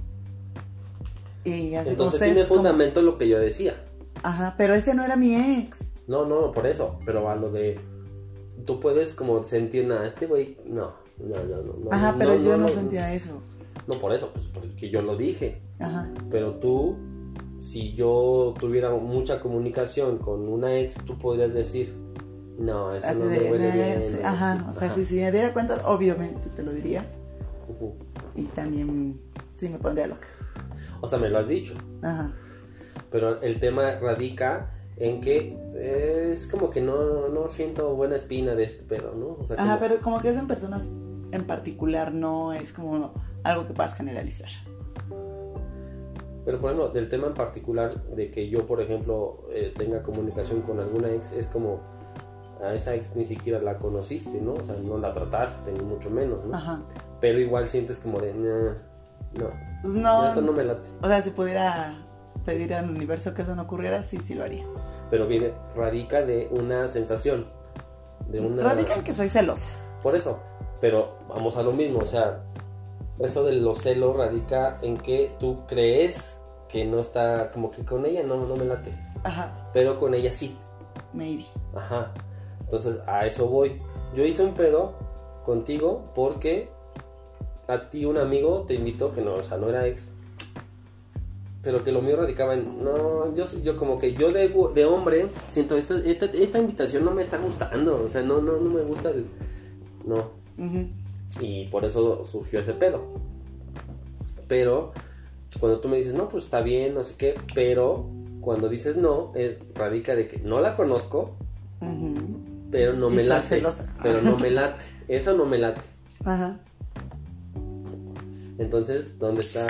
Y así entonces como tiene como... fundamento lo que yo decía. Ajá, pero ese no era mi ex. No, no, por eso, pero a lo de, tú puedes como sentir, nada, este güey, no, no, no, no. Ajá, no, pero no, yo no, no sentía eso. No, por eso, pues porque yo lo dije. Ajá. Pero tú, si yo tuviera mucha comunicación con una ex, tú podrías decir, no, eso así no de, me huele de, bien. sí, No, ajá, sí, o sea, ajá. si, si me diera cuenta, obviamente te lo diría. Uh-huh. Y también sí me pondría loca. O sea, me lo has dicho. Ajá. Pero el tema radica en que es como que no, no siento buena espina de este pedo, ¿no? O sea, Ajá, como... pero como que es en personas en particular, no es como algo que puedas generalizar. Pero por ejemplo, del tema en particular de que yo, por ejemplo, eh, tenga comunicación con alguna ex, es como a esa ex ni siquiera la conociste, ¿no? O sea, no la trataste, ni mucho menos, ¿no? Ajá. Pero igual sientes como de, nah, no, Pues no, esto no me late. O sea, si pudiera pedir al universo que eso no ocurriera, sí, sí lo haría. Pero viene, radica de una sensación, de una... Radica en que soy celosa. Por eso, pero vamos a lo mismo, o sea, eso de los celos radica en que tú crees que no está, como que con ella no, no me late. Ajá, Pero con ella sí. maybe. Ajá. Entonces a eso voy. Yo hice un pedo contigo porque a ti un amigo te invitó, que no, o sea, no era ex, pero que lo mío radicaba en, no, yo, yo como que yo de, de hombre siento, esta, esta, esta invitación no me está gustando, o sea, no, no, no me gusta el, no. Uh-huh. Y por eso surgió ese pedo. Pero cuando tú me dices, no, pues está bien, no sé qué, pero cuando dices no, eh, radica de que no la conozco, Uh-huh. pero no Y me soy late, celosa. pero no me late, eso no me late. Ajá. Entonces, ¿dónde está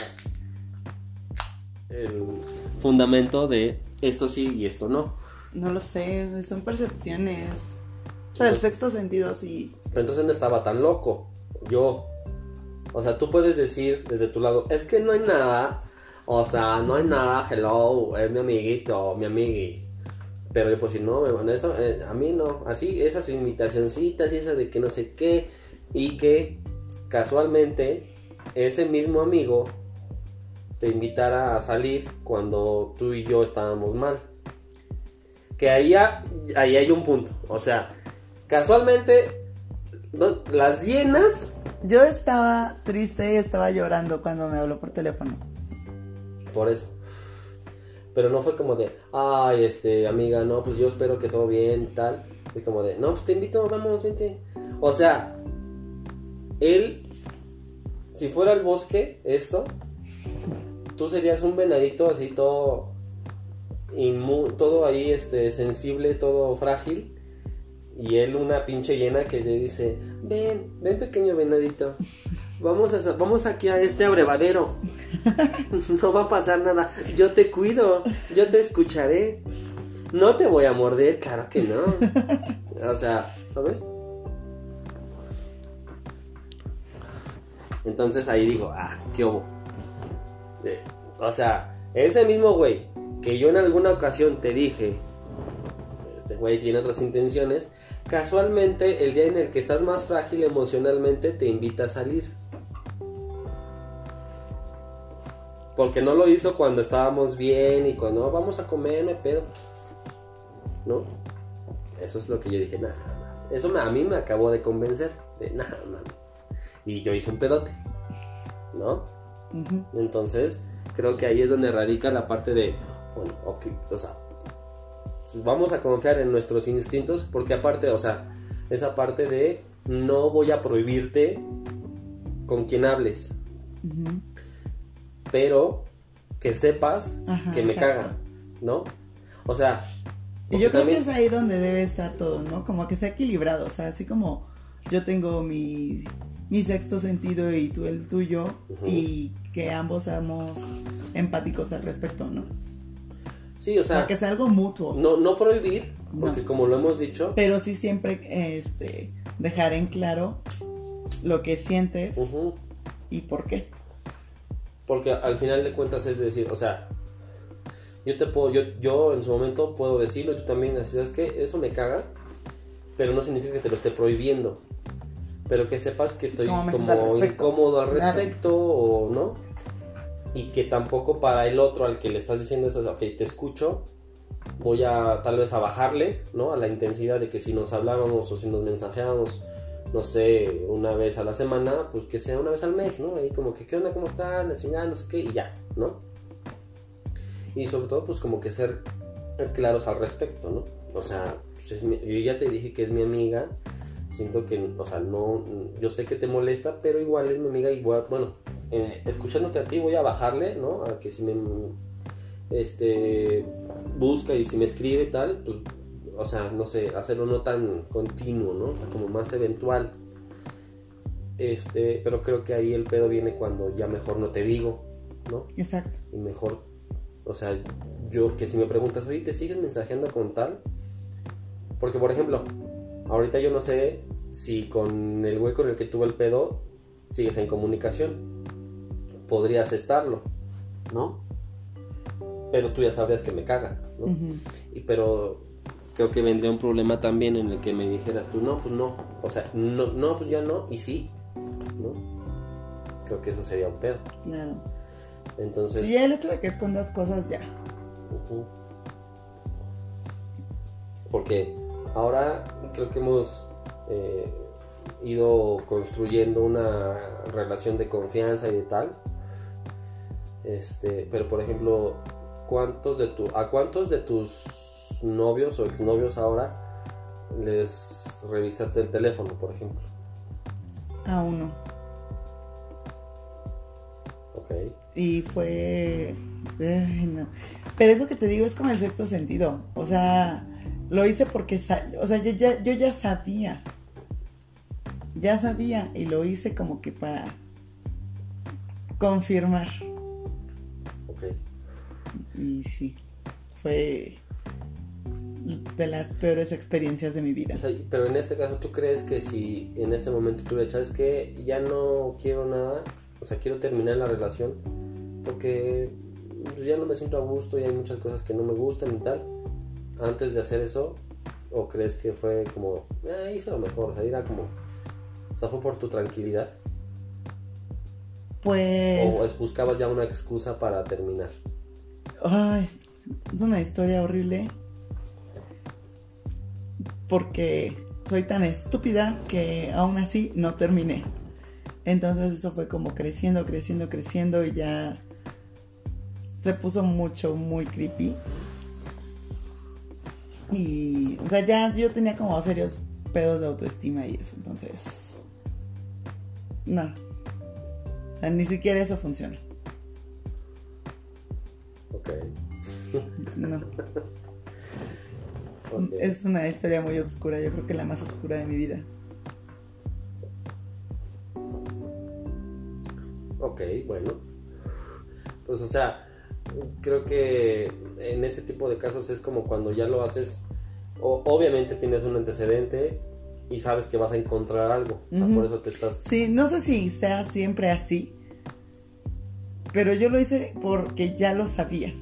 el fundamento de esto sí y esto no? No lo sé, son percepciones. O sea, el Entonces- sexto sentido sí. Pero entonces no estaba tan loco, yo. O sea, tú puedes decir desde tu lado, es que no hay nada, o sea, no hay nada, hello, es mi amiguito, mi amigui. Pero yo pues si no, me manda eso, eh, a mí no, así, esas invitacioncitas y esas de que no sé qué, y que casualmente ese mismo amigo te invitara a salir cuando tú y yo estábamos mal. Que ahí, ha- ahí hay un punto, o sea, casualmente no- las llenas. Yo estaba triste y estaba llorando cuando me habló por teléfono. Por eso. Pero no fue como de, ay, este, amiga, no, pues yo espero que todo bien, tal. Es como de, no, pues te invito, vamos, vente. O sea, él, si fuera al bosque, eso, tú serías un venadito así todo, inmu- todo ahí, este, sensible, todo frágil. Y él una pinche llena que le dice, ven, ven pequeño venadito. Vamos, a, vamos aquí a este abrevadero. No va a pasar nada. Yo te cuido. Yo te escucharé. No te voy a morder. Claro que no. O sea, ¿sabes? Entonces ahí digo, ah, qué hubo. Eh, o sea, Ese mismo güey que yo en alguna ocasión te dije, este güey tiene otras intenciones, casualmente el día en el que estás más frágil emocionalmente te invita a salir. Porque no lo hizo cuando estábamos bien y cuando oh, vamos a comer, no hay pedo. ¿No? Eso es lo que yo dije, nada, nah, eso me, a mí me acabó de convencer. De nada, nah, nah. Y yo hice un pedote, ¿no? Uh-huh. Entonces, creo que ahí es donde radica la parte de, bueno, okay, o sea, vamos a confiar en nuestros instintos, porque aparte, o sea, esa parte de no voy a prohibirte con quien hables. Uh-huh. Pero que sepas Ajá, que me exacto. caga, ¿no? O sea... Y yo creo también... que es ahí donde debe estar todo, ¿no? Como que sea equilibrado, o sea, así como yo tengo mi, mi sexto sentido y tú el tuyo, uh-huh. y que ambos seamos empáticos al respecto, ¿no? Sí, o sea... O sea, que sea algo mutuo. No, no prohibir, porque no. como lo hemos dicho... Pero sí siempre este, dejar en claro lo que sientes uh-huh. y por qué. Porque al final de cuentas es decir, o sea, yo te puedo, yo, yo en su momento puedo decirlo, tú también, así es que eso me caga, pero no significa que te lo esté prohibiendo, pero que sepas que estoy como al incómodo al respecto, claro. o no, y que tampoco para el otro al que le estás diciendo eso, ok, te escucho, voy a tal vez a bajarle, ¿no? A la intensidad de que si nos hablábamos o si nos mensajeábamos, no sé, una vez a la semana, pues que sea una vez al mes, ¿no? Ahí como que, ¿qué onda? ¿Cómo están? La chingada, no sé qué, y ya, ¿no? Y sobre todo, pues como que ser claros al respecto, ¿no? O sea, pues es mi, yo ya te dije que es mi amiga, siento que, o sea, no, yo sé que te molesta, pero igual es mi amiga y voy a, bueno, eh, escuchándote a ti voy a bajarle, ¿no? A que si me, este, busca y si me escribe tal, pues... O sea, no sé, hacerlo no tan continuo, ¿no? Como más eventual. Este, pero creo que ahí el pedo viene cuando ya mejor no te digo, ¿no? Exacto. Y mejor, o sea, yo que si me preguntas, oye, ¿te sigues mensajeando con tal? Porque, por ejemplo, ahorita yo no sé si con el güey con el que tuve el pedo sigues en comunicación. Podrías estarlo, ¿no? Pero tú ya sabrías que me caga, ¿no? Uh-huh. Y pero... creo que vendría un problema también en el que me dijeras tú, no, pues no, o sea, no, no, pues ya no, y sí, ¿no? Creo que eso sería un pedo. Claro. Entonces... Sí, el hecho de que escondas cosas ya. Uh-huh. Porque ahora creo que hemos eh, ido construyendo una relación de confianza y de tal, este, pero por ejemplo, ¿cuántos de tu, a cuántos de tus novios o exnovios ahora les revisaste el teléfono, por ejemplo? A uno. Ok. Y fue... Ay, no. Pero es lo que te digo, es como el sexto sentido. O sea, lo hice porque... Sa- o sea, yo ya, yo ya sabía. Ya sabía y lo hice como que para confirmar. Ok. Y sí, fue... de las peores experiencias de mi vida. O sea, pero en este caso, ¿tú crees que si en ese momento tú le echas que ya no quiero nada, o sea, quiero terminar la relación porque pues, ya no me siento a gusto y hay muchas cosas que no me gustan y tal, antes de hacer eso, o crees que fue como, eh, hice lo mejor, o sea, era como, o sea, fue por tu tranquilidad? Pues... ¿O buscabas ya una excusa para terminar? Ay, es una historia horrible. Porque soy tan estúpida que aún así no terminé. Entonces eso fue como creciendo, creciendo, creciendo y ya se puso mucho, muy creepy. Y, o sea, ya yo tenía como serios pedos de autoestima y eso, entonces... No. O sea, ni siquiera eso funciona. Ok. No. Okay. Es una historia muy oscura, yo creo que la más oscura de mi vida. Ok, bueno. Pues o sea, creo que en ese tipo de casos es como cuando ya lo haces, o, obviamente tienes un antecedente y sabes que vas a encontrar algo, o sea, uh-huh. por eso te estás... Sí, no sé si sea siempre así, pero yo lo hice porque ya lo sabía.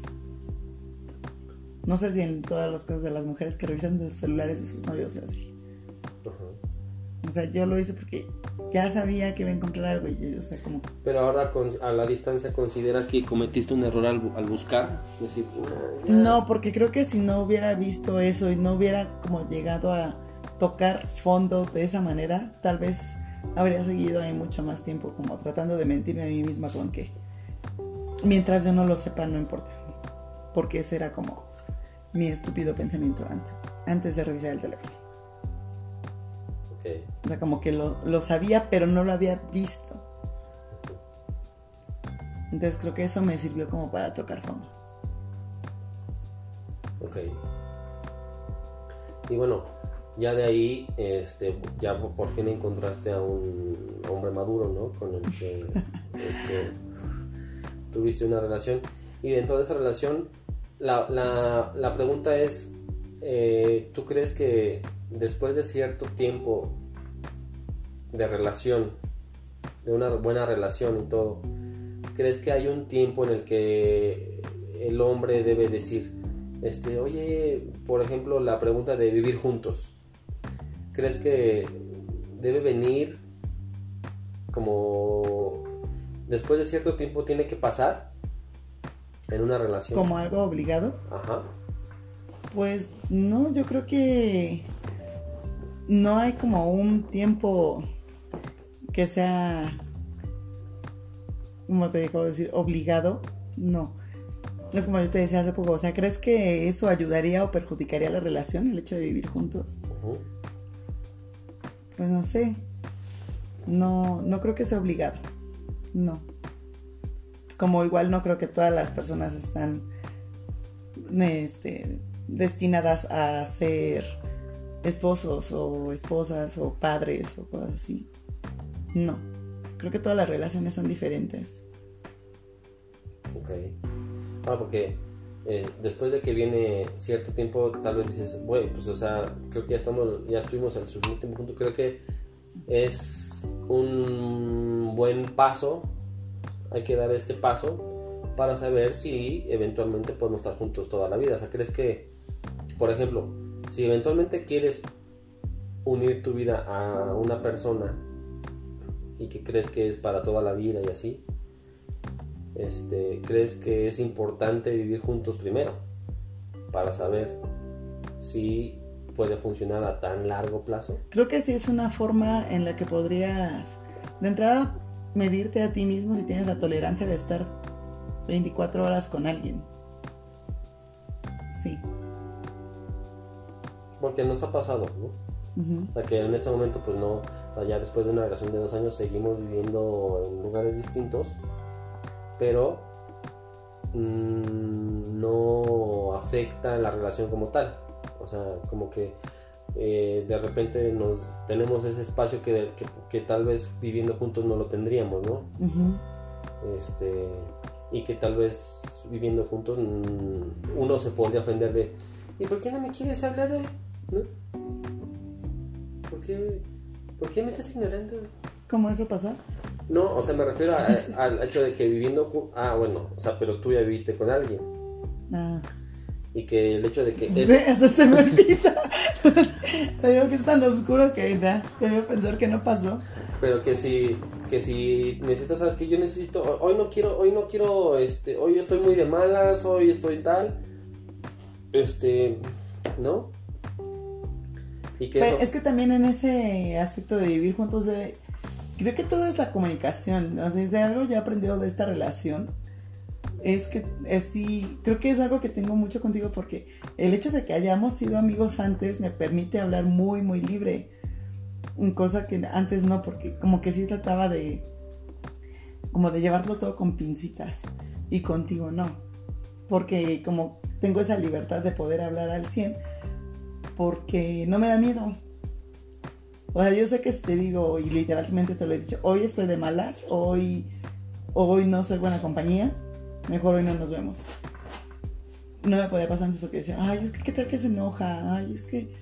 No sé si en todas las cosas de las mujeres que revisan los celulares de sus novios es así. Uh-huh. O sea, yo lo hice porque ya sabía que iba a encontrar algo y, o sea, como... Pero ahora con, a la distancia, ¿consideras que cometiste un error al, al buscar? Es decir, ya... No, porque creo que si no hubiera visto eso y no hubiera como llegado a tocar fondo de esa manera, tal vez habría seguido ahí mucho más tiempo como tratando de mentirme a mí misma con que mientras yo no lo sepa no importa, porque ese era como mi estúpido pensamiento antes antes de revisar el teléfono. Okay. O sea, como que lo, lo sabía pero no lo había visto. Entonces creo que eso me sirvió como para tocar fondo. Ok. Y bueno, ya de ahí, este, ya por fin encontraste a un hombre maduro, ¿no? Con el que este, tuviste una relación. Y dentro de esa relación, la, la, la pregunta es, eh, ¿tú crees que después de cierto tiempo de relación, de una buena relación y todo, crees que hay un tiempo en el que el hombre debe decir, este, oye, por ejemplo, la pregunta de vivir juntos? ¿Crees que debe venir como después de cierto tiempo tiene que pasar en una relación? ¿Como algo obligado? Ajá. Pues no, yo creo que no hay como un tiempo que sea, como te dejo decir, obligado. No. Es como yo te decía hace poco, o sea, ¿crees que eso ayudaría o perjudicaría la relación, el hecho de vivir juntos? Uh-huh. Pues no sé. No, no creo que sea obligado. No. Como igual no creo que todas las personas están este, destinadas a ser esposos o esposas o padres o cosas así. No. Creo que todas las relaciones son diferentes. Ok. Ah, porque eh, después de que viene cierto tiempo, tal vez dices, bueno, pues o sea, creo que ya estamos, ya estuvimos el suficiente tiempo juntos. Creo que es un buen paso, hay que dar este paso para saber si eventualmente podemos estar juntos toda la vida. O sea, ¿crees que, por ejemplo, si eventualmente quieres unir tu vida a una persona y que crees que es para toda la vida y así, este, ¿crees que es importante vivir juntos primero para saber si puede funcionar a tan largo plazo? Creo que sí es una forma en la que podrías, de entrada, medirte a ti mismo si tienes la tolerancia de estar veinticuatro horas con alguien. Sí. Porque nos ha pasado, ¿no? Uh-huh. O sea, que en este momento, pues no, o sea, ya después de una relación de dos años seguimos viviendo en lugares distintos, pero mmm, no afecta la relación como tal. O sea, como que eh, de repente nos tenemos ese espacio que, que, que tal vez viviendo juntos no lo tendríamos, ¿no? Uh-huh. Este, y que tal vez viviendo juntos mmm, uno se podría ofender de ¿y por qué no me quieres hablar hoy? ¿No? ¿Por qué, ¿Por qué me estás ignorando? ¿Cómo eso pasa? No, o sea, me refiero a, a, al hecho de que viviendo juntos... Ah, bueno, o sea, pero tú ya viviste con alguien. Ah. Y que el hecho de que... Es... Eso se me olvida. Te digo que es tan oscuro que ya, voy a pensar que no pasó. Pero que si, que si necesitas, sabes que yo necesito... Hoy no quiero, hoy no quiero, este... Hoy estoy muy de malas, hoy estoy tal... Este... ¿No? Y que Pero es que también en ese aspecto de vivir juntos debe... Creo que todo es la comunicación. O sea, si algo ya he aprendido de esta relación es que es, sí, creo que es algo que tengo mucho contigo porque el hecho de que hayamos sido amigos antes me permite hablar muy, muy libre. Cosa que antes no, porque como que sí trataba de como de llevarlo todo con pincitas y contigo no. Porque como tengo esa libertad de poder hablar al cien porque no me da miedo. O sea, yo sé que si te digo, y literalmente te lo he dicho, hoy estoy de malas, hoy, hoy no soy buena compañía, mejor hoy no nos vemos. No me podía pasar antes porque decía, ay, es que qué tal que se enoja, ay, es que...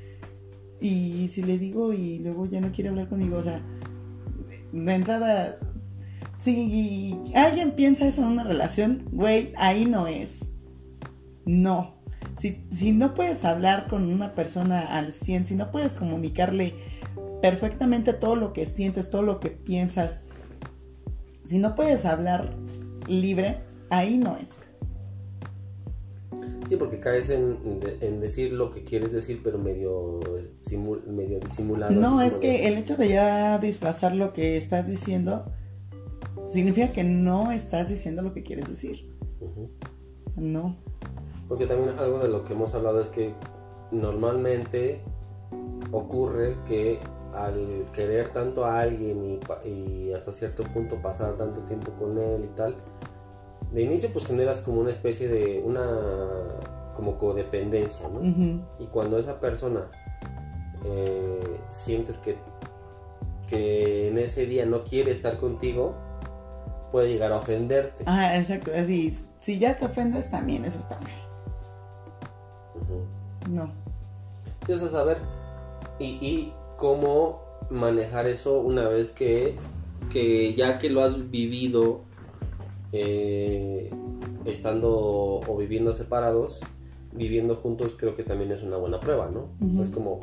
Y si le digo y luego ya no quiere hablar conmigo, o sea, de entrada Si alguien piensa eso en una relación, güey, ahí no es. No. Si, si no puedes hablar con una persona al cien, si no puedes comunicarle perfectamente todo lo que sientes, todo lo que piensas, si no puedes hablar libre, ahí no es. Sí, porque caes en, en decir lo que quieres decir, pero medio, simul, medio disimulado. No, es que de... el hecho de ya disfrazar lo que estás diciendo significa que no estás diciendo lo que quieres decir. Uh-huh. No. Porque también algo de lo que hemos hablado es que normalmente ocurre que al querer tanto a alguien y, y hasta cierto punto pasar tanto tiempo con él y tal, de inicio pues generas como una especie de una como codependencia, ¿no? Uh-huh. Y cuando esa persona eh, sientes que, que en ese día no quiere estar contigo, puede llegar a ofenderte. Ah, exacto, así, si ya te ofendes también eso está mal. Uh-huh. No. Sí, o sea, saber y, y cómo manejar eso una vez que, que ya que lo has vivido eh, estando o viviendo separados, viviendo juntos, creo que también es una buena prueba, ¿no? Uh-huh. O sea, es como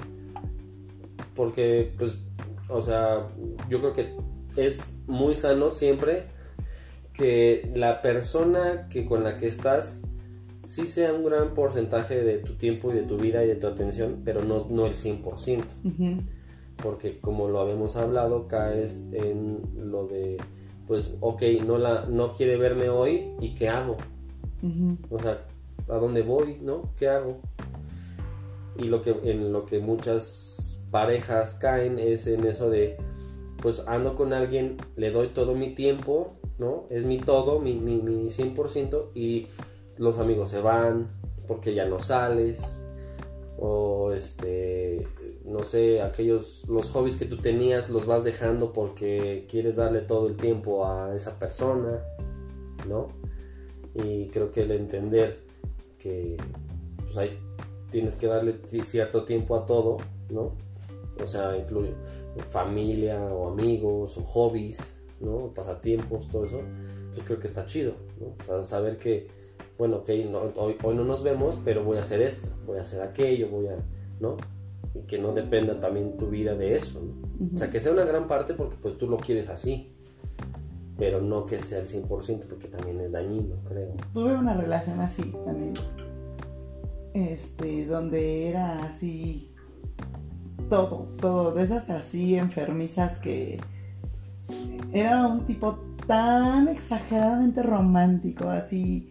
porque pues, o sea, yo creo que es muy sano siempre que la persona que con la que estás sí sea un gran porcentaje de tu tiempo y de tu vida y de tu atención, pero no, no el cien por ciento. Uh-huh. Porque como lo habíamos hablado, caes en lo de, pues, ok, no, la, no quiere verme hoy, ¿y qué hago? Uh-huh. O sea, ¿a dónde voy? ¿No? ¿Qué hago? Y lo que, en lo que muchas parejas caen es en eso de, pues ando con alguien, le doy todo mi tiempo, ¿no? Es mi todo, mi, mi, mi cien por ciento, y los amigos se van porque ya no sales, o este, no sé, aquellos, los hobbies que tú tenías los vas dejando porque quieres darle todo el tiempo a esa persona, ¿no? Y creo que el entender que pues ahí tienes que darle cierto tiempo a todo, ¿no? O sea, incluye familia o amigos o hobbies, ¿no? Pasatiempos, todo eso, pues creo que está chido, ¿no? O sea, saber que, bueno, ok, no, hoy, hoy no nos vemos, pero voy a hacer esto, voy a hacer aquello, voy a, ¿no? Y que no dependa también tu vida de eso, ¿no? Uh-huh. O sea, que sea una gran parte porque pues tú lo quieres así, pero no que sea el cien por ciento porque también es dañino, creo. Tuve una relación así también, este, donde era así, todo, todo, de esas así enfermizas que era un tipo tan exageradamente romántico, así,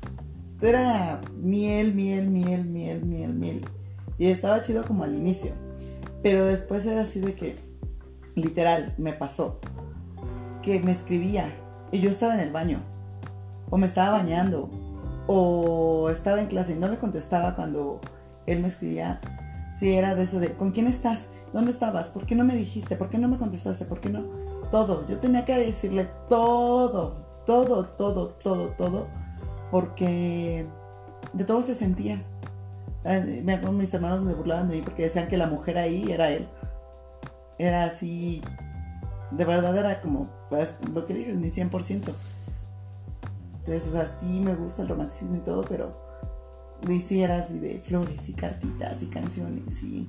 era miel, miel, miel, miel, miel, miel, y estaba chido como al inicio, pero después era así de que, literal, me pasó, que me escribía, y yo estaba en el baño, o me estaba bañando, o estaba en clase, y no le contestaba cuando él me escribía. Si era de eso de, ¿con quién estás? ¿Dónde estabas? ¿Por qué no me dijiste? ¿Por qué no me contestaste? ¿Por qué no? Todo, yo tenía que decirle todo, todo, todo, todo, todo, porque de todo se sentía. Me acuerdo, mis hermanos se burlaban de mí porque decían que la mujer ahí era él. Era así, de verdad era como, pues, lo que dices, mi cien por ciento. Entonces, o sea, sí me gusta el romanticismo y todo, pero y sí era así de flores y cartitas y canciones y...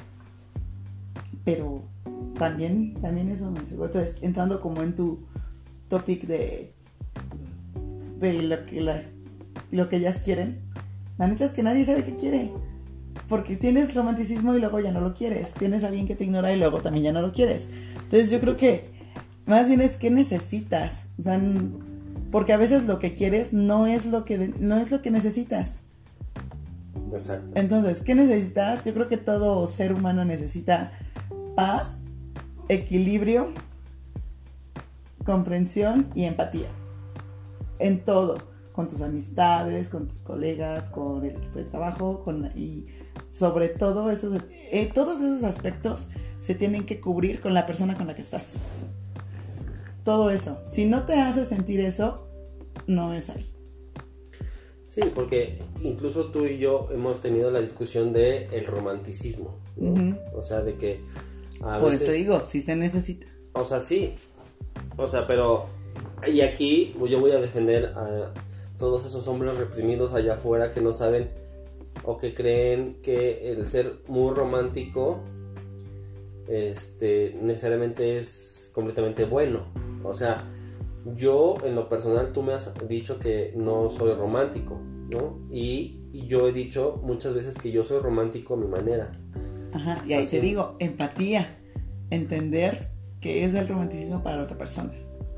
Pero también, también eso me sirvió. Entonces, entrando como en tu topic de de lo que, la, lo que ellas quieren, la neta es que nadie sabe qué quiere, porque tienes romanticismo y luego ya no lo quieres, tienes a alguien que te ignora y luego también ya no lo quieres. Entonces yo creo que más bien es qué necesitas, o sea, porque a veces lo que quieres no es lo que, no es lo que necesitas. Exacto. Entonces, ¿qué necesitas? Yo creo que todo ser humano necesita paz, equilibrio, comprensión y empatía. En todo, con tus amistades, con tus colegas, con el equipo de trabajo, con, y sobre todo esos, eh, todos esos aspectos se tienen que cubrir con la persona con la que estás. Todo eso. Si no te hace sentir eso, no es ahí. Sí, porque incluso tú y yo hemos tenido la discusión de el romanticismo, ¿no? Uh-huh. O sea, de que a Por veces... eso digo, sí se necesita. O sea, sí. O sea, pero Y aquí yo voy a defender a todos esos hombres reprimidos allá afuera que no saben o que creen que el ser muy romántico este, necesariamente es completamente bueno. O sea, yo en lo personal, tú me has dicho que no soy romántico, ¿no? Y, y yo he dicho muchas veces que yo soy romántico a mi manera. Ajá, y ahí Así. te digo, empatía, entender qué es el romanticismo para otra persona.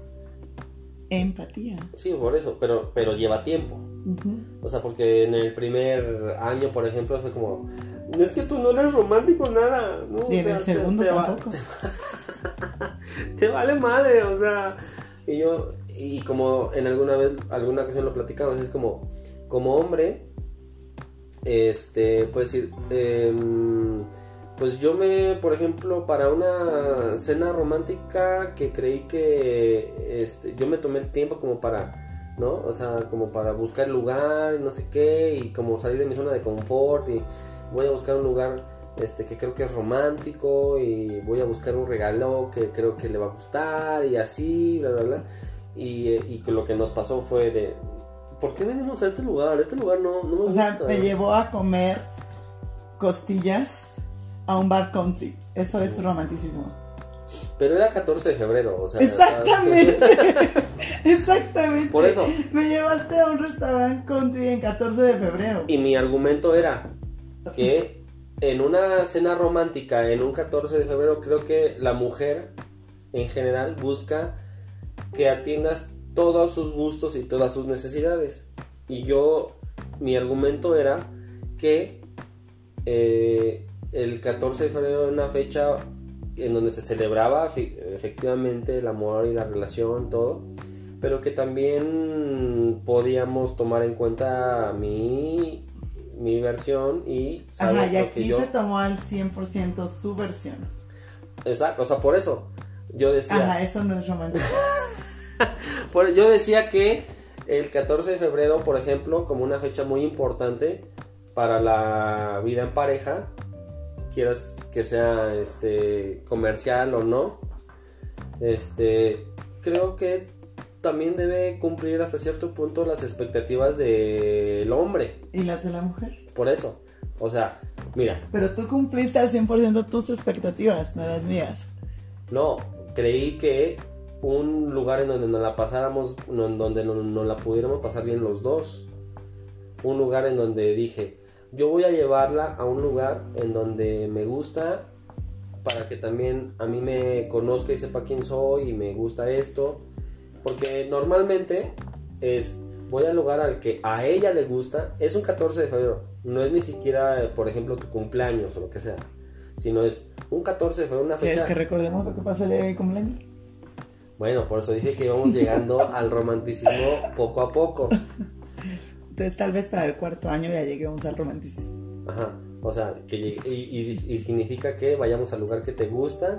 Empatía. Sí, por eso, pero, pero lleva tiempo. Uh-huh. O sea, porque en el primer año, por ejemplo, fue como, es que tú no eres romántico nada, ¿no? Y O en sea, el segundo te, te tampoco. Va, te, te vale madre, o sea. Y yo, y como en alguna vez, alguna ocasión lo platicamos, es como, como hombre, este, puedes decir, eh, pues yo me, por ejemplo, para una cena romántica que creí que, este, yo me tomé el tiempo como para, ¿no? O sea, como para buscar lugar, no sé qué, y como salir de mi zona de confort, y voy a buscar un lugar este que creo que es romántico, y voy a buscar un regalo que creo que le va a gustar, y así, bla, bla, bla. Y, y lo que nos pasó fue de, ¿por qué venimos a este lugar? Este lugar no, no me O gusta. sea, me llevó a comer costillas a un bar country. Eso es romanticismo. Pero era catorce de febrero, o sea. Exactamente. Exactamente. Por eso. Me llevaste a un restaurante country en catorce de febrero. Y mi argumento era que en una cena romántica, en un catorce de febrero, creo que la mujer en general busca que atiendas todos sus gustos y todas sus necesidades. Y yo, mi argumento era que eh, el catorce de febrero era una fecha en donde se celebraba efectivamente el amor y la relación, todo, pero que también podíamos tomar en cuenta mi, mi versión y saber Ajá, y lo aquí que yo... se tomó al cien por ciento su versión. Exacto, o sea, por eso yo decía... Ajá, eso no es romántico. por, yo decía que el catorce de febrero, por ejemplo, como una fecha muy importante para la vida en pareja, quieras que sea este comercial o no, este creo que también debe cumplir hasta cierto punto las expectativas del hombre. ¿Y las de la mujer? Por eso, o sea, mira. Pero tú cumpliste al cien por ciento tus expectativas, no las mías. No, creí que un lugar en donde nos la pasáramos, en donde nos la pudiéramos pasar bien los dos. Un lugar en donde dije, yo voy a llevarla a un lugar en donde me gusta, para que también a mí me conozca y sepa quién soy y me gusta esto. Porque normalmente es, voy al lugar al que a ella le gusta, es un catorce de febrero, no es ni siquiera, por ejemplo, tu cumpleaños o lo que sea, sino es un catorce de febrero, una fecha... ¿Quieres que recordemos lo que pasó el día de mi cumpleaños? Bueno, por eso dije que íbamos llegando al romanticismo poco a poco. Entonces tal vez para el cuarto año ya lleguemos al romanticismo. Ajá, o sea, que llegue, y, y, y significa que vayamos al lugar que te gusta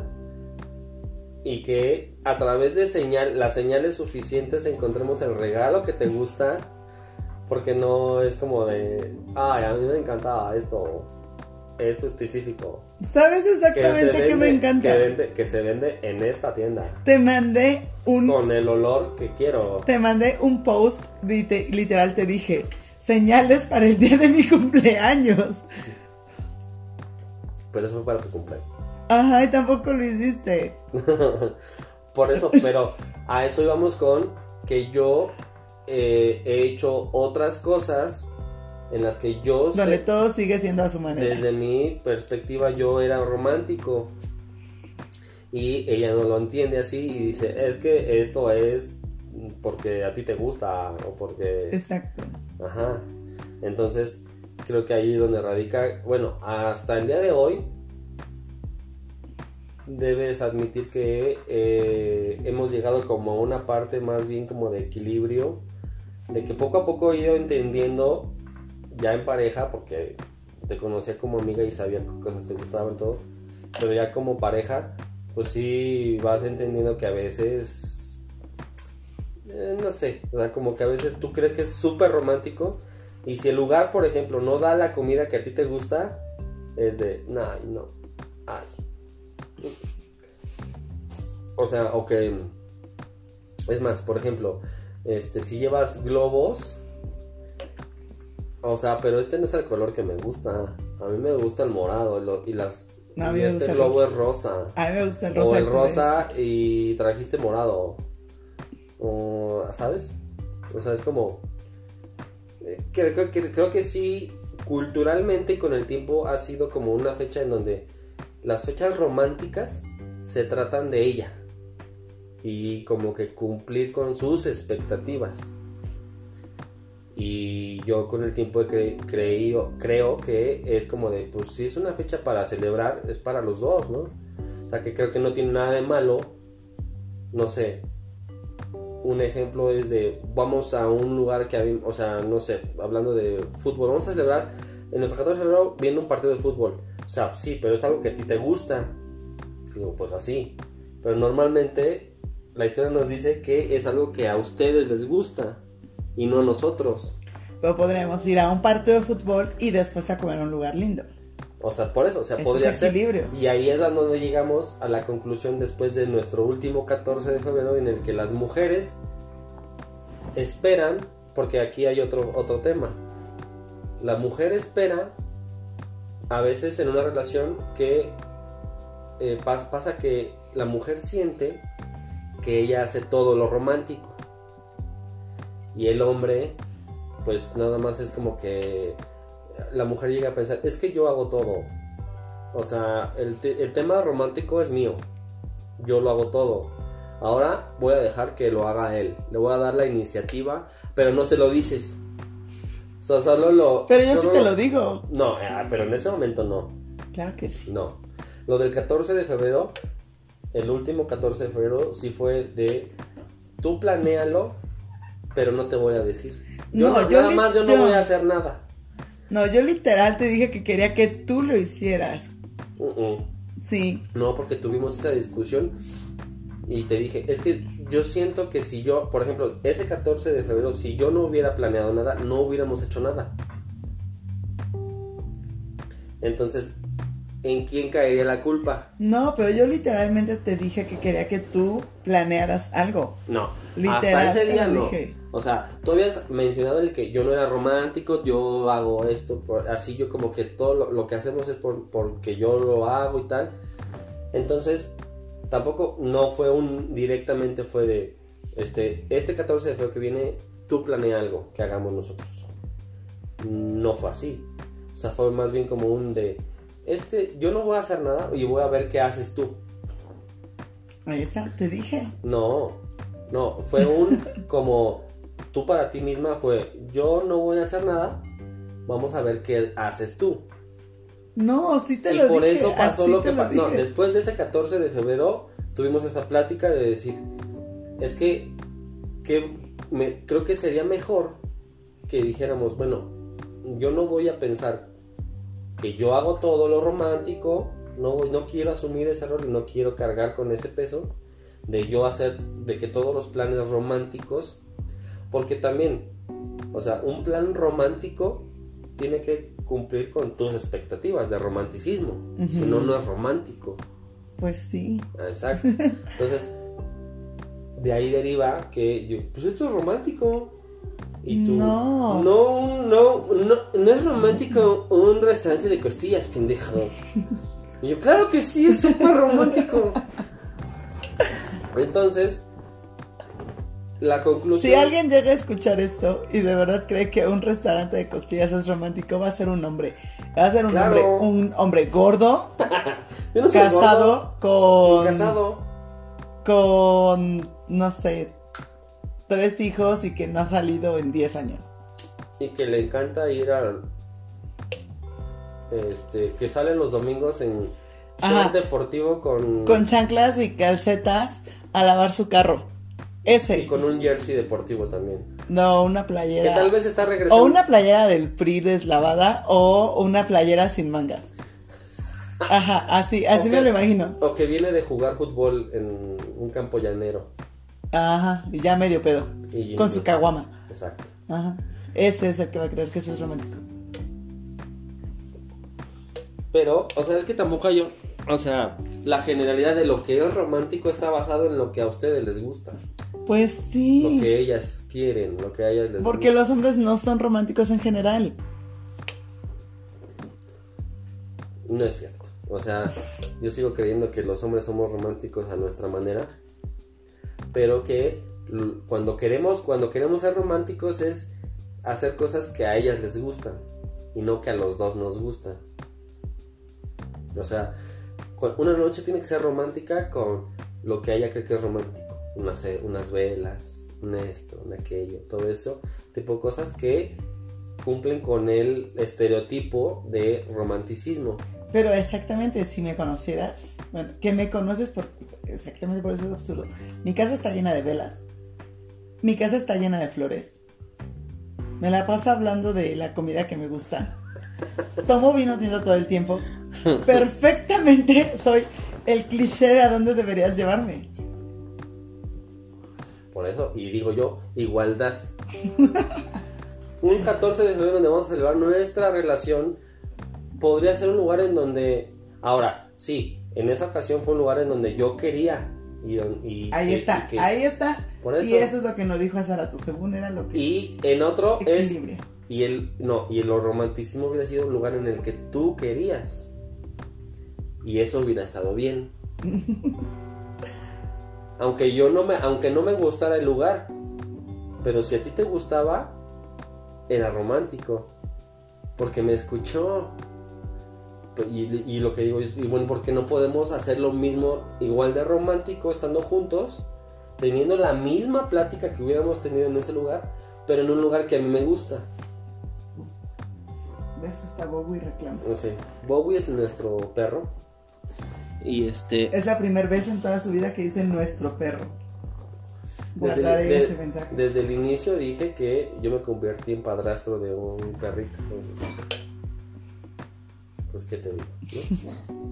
y que a través de señal, las señales suficientes encontremos el regalo que te gusta, porque no es como de, ay, a mí me encanta esto, es específico. ¿Sabes exactamente que, vende, qué me encanta? Que, vende, que se vende en esta tienda. Te mandé un... Con el olor que quiero. Te mandé un post, literal te dije, señales para el día de mi cumpleaños. Pero eso fue para tu cumpleaños. Ajá, y tampoco lo hiciste. Por eso, pero a eso íbamos con que yo eh, he hecho otras cosas en las que yo... Donde sé, todo sigue siendo a su manera. Desde mi perspectiva yo era romántico y ella no lo entiende así y dice, es que esto es porque a ti te gusta o porque... Exacto. Ajá. Entonces creo que ahí es donde radica, bueno, hasta el día de hoy debes admitir que eh, hemos llegado como a una parte más bien como de equilibrio, de que poco a poco he ido entendiendo ya en pareja, porque te conocía como amiga y sabía qué cosas te gustaban, todo, pero ya como pareja pues sí vas entendiendo que a veces eh, no sé, o sea, como que a veces tú crees que es súper romántico y si el lugar, por ejemplo, no da la comida que a ti te gusta, es de, nah, no, ay. O sea, o que Es más, por ejemplo, este, si llevas globos, o sea, pero este no es el color que me gusta. A mí me gusta el morado y, lo, y las No, y este globo es rosa. A mí me gusta el rosa. O el rosa y trajiste morado. O, ¿sabes? O sea, es como... Creo, creo, creo, creo que sí, culturalmente y con el tiempo ha sido como una fecha en donde las fechas románticas se tratan de ella. Y como que cumplir con sus expectativas. Y yo con el tiempo he cre- creído, creo que es como de, pues si es una fecha para celebrar, es para los dos, ¿no? O sea, que creo que no tiene nada de malo. No sé, un ejemplo es de, vamos a un lugar que, hay, o sea, no sé, hablando de fútbol, vamos a celebrar en nuestro catorce de febrero viendo un partido de fútbol. O sea, sí, pero es algo que a ti te gusta. Digo, pues así. Pero normalmente la historia nos dice que es algo que a ustedes les gusta y no a nosotros. Pero podríamos ir a un partido de fútbol y después a comer a un lugar lindo. O sea, por eso, o sea, Ese podría es ser. equilibrio. Y ahí es a donde llegamos a la conclusión después de nuestro último catorce de febrero, en el que las mujeres esperan, porque aquí hay otro, otro tema. La mujer espera, a veces en una relación, que eh, pas, pasa que la mujer siente que ella hace todo lo romántico. Y el hombre, pues nada más es como que la mujer llega a pensar, es que yo hago todo. O sea, el, te- el tema romántico es mío. Yo lo hago todo. Ahora voy a dejar que lo haga él. Le voy a dar la iniciativa, pero no se lo dices. O sea, solo lo... Pero yo sí solo te lo digo. No, eh, pero en ese momento no. Claro que sí. No. Lo del catorce de febrero, el último catorce de febrero, sí fue de... Tú planéalo, pero no te voy a decir. Yo, No, no, yo nada li- más yo no yo- voy a hacer nada. No, yo literal te dije que quería que tú lo hicieras. Uh-uh. Sí. No, porque tuvimos esa discusión y te dije, es que yo siento que si yo, por ejemplo, ese catorce de febrero, si yo no hubiera planeado nada, no hubiéramos hecho nada. Entonces, ¿en quién caería la culpa? No, pero yo literalmente te dije que quería que tú planearas algo. No, Literal, hasta ese te día lo no. dije. O sea, tú habías mencionado el que yo no era romántico, yo hago esto, por, así yo como que todo lo, lo que hacemos es por, porque yo lo hago y tal. Entonces, tampoco no fue un, directamente fue de, este, este catorce de febrero que viene, tú planea algo que hagamos nosotros. No fue así. O sea, fue más bien como un de, este, yo no voy a hacer nada y voy a ver qué haces tú. Ahí está, te dije. No, no, fue un como tú para ti misma fue, yo no voy a hacer nada, vamos a ver qué haces tú. No, sí te Y lo por dije. eso pasó así lo te que pasó. No, dije. después de ese catorce de febrero tuvimos esa plática de decir, es que, que me, creo que sería mejor que dijéramos, bueno, yo no voy a pensar que yo hago todo lo romántico, no, voy- no quiero asumir ese rol y no quiero cargar con ese peso de yo hacer, de que todos los planes románticos, porque también, o sea, un plan romántico tiene que cumplir con tus expectativas de romanticismo, Ujú. si no, no es romántico. Pues sí. Exacto. Entonces, de ahí deriva que yo, pues esto es romántico. Y tú, No. no, no, no, no es romántico un restaurante de costillas, pendejo. Y yo, claro que sí, es súper romántico. Entonces, la conclusión... Si alguien llega a escuchar esto y de verdad cree que un restaurante de costillas es romántico, va a ser un hombre. Va a ser un Claro. hombre, un hombre gordo, Yo no soy casado gordo, con, casado. con, no sé, tres hijos y que no ha salido en diez años. Y que le encanta ir al... Este, que sale los domingos en Ajá. short deportivo con... Con chanclas y calcetas a lavar su carro. Ese. Y con un jersey deportivo también. No, una Que playera. tal vez está regresando... O una playera del P R I deslavada o una playera sin mangas. Ajá, así, así O me que- lo imagino. O que viene de jugar fútbol en un campo llanero. Ajá, y ya medio pedo. Y- Con su caguama. Exacto. Ajá. Ese es el que va a creer que eso es romántico. Pero, o sea, es que tampoco hay... O sea, la generalidad de lo que es romántico está basado en lo que a ustedes les gusta. Pues sí. Lo que ellas quieren, lo que a ellas les Porque gusta. los hombres no son románticos en general. No es cierto. O sea, yo sigo creyendo que los hombres somos románticos a nuestra manera, pero que l- cuando queremos, cuando queremos ser románticos es hacer cosas que a ellas les gustan y no que a los dos nos gustan. O sea, cu- una noche tiene que ser romántica con lo que ella cree que es romántico. Unas, eh, unas velas, un esto, un aquello, todo eso, tipo cosas que cumplen con el estereotipo de romanticismo. Pero exactamente, si me conocieras, bueno, que me conoces por, exactamente por eso es absurdo. Mi casa está llena de velas. Mi casa está llena de flores. Me la paso hablando de la comida que me gusta. Tomo vino tinto todo el tiempo. Perfectamente soy el cliché de a dónde deberías llevarme. Por eso, y digo yo, igualdad. Un catorce de febrero donde vamos a celebrar nuestra relación podría ser un lugar en donde... Ahora, sí, en esa ocasión fue un lugar en donde yo quería. Y, y Ahí que, está, y que- ahí está. Por eso. Y eso es lo que nos dijo Azarato, según era lo que... Y en otro es... Equilibrio. Y el, no, y el romanticismo hubiera sido un lugar en el que tú querías. Y eso hubiera estado bien. Aunque yo no me, aunque no me gustara el lugar. Pero si a ti te gustaba, era romántico. Porque me escuchó. Y, y lo que digo es, y bueno, porque no podemos hacer lo mismo igual de romántico estando juntos, teniendo la misma plática que hubiéramos tenido en ese lugar, pero en un lugar que a mí me gusta. ¿Ves? Está Bobo y reclama. No sé, Bowie es nuestro perro. Y este... Es la primera vez en toda su vida que dice nuestro perro. Desde Guardaré el, de- ese mensaje. desde el inicio dije que yo me convertí en padrastro de un perrito, entonces... Pues qué te digo,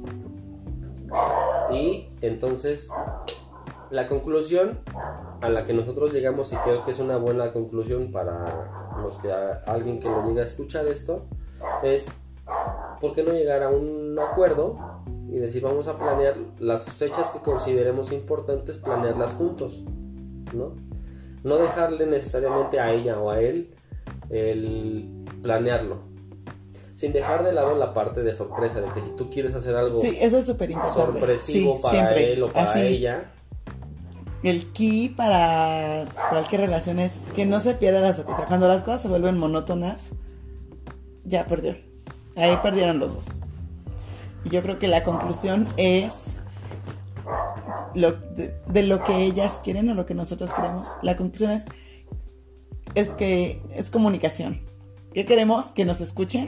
¿no? Y entonces la conclusión a la que nosotros llegamos, y creo que es una buena conclusión para los que a, alguien que lo llegue a escuchar esto, es ¿por qué no llegar a un acuerdo y decir vamos a planear las fechas que consideremos importantes, planearlas juntos, ¿no? No dejarle necesariamente a ella o a él el planearlo, sin dejar de lado la parte de sorpresa, de que si tú quieres hacer algo Sí, eso es súper importante. sorpresivo Sí, para siempre. él o para Así, ella, el key para cualquier relación es que no se pierda la sorpresa. Cuando las cosas se vuelven monótonas, ya perdió. Ahí perdieron los dos. Y yo creo que la conclusión es lo, de, de lo que ellas quieren o lo que nosotros queremos. La conclusión es, es que es comunicación. ¿Qué queremos? Que nos escuchen.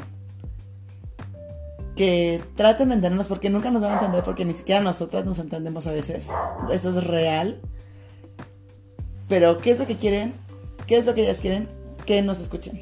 Que traten de entendernos, porque nunca nos van a entender, porque ni siquiera nosotras nos entendemos a veces. Eso es real. Pero, ¿qué es lo que quieren? ¿Qué es lo que ellas quieren? Que nos escuchen.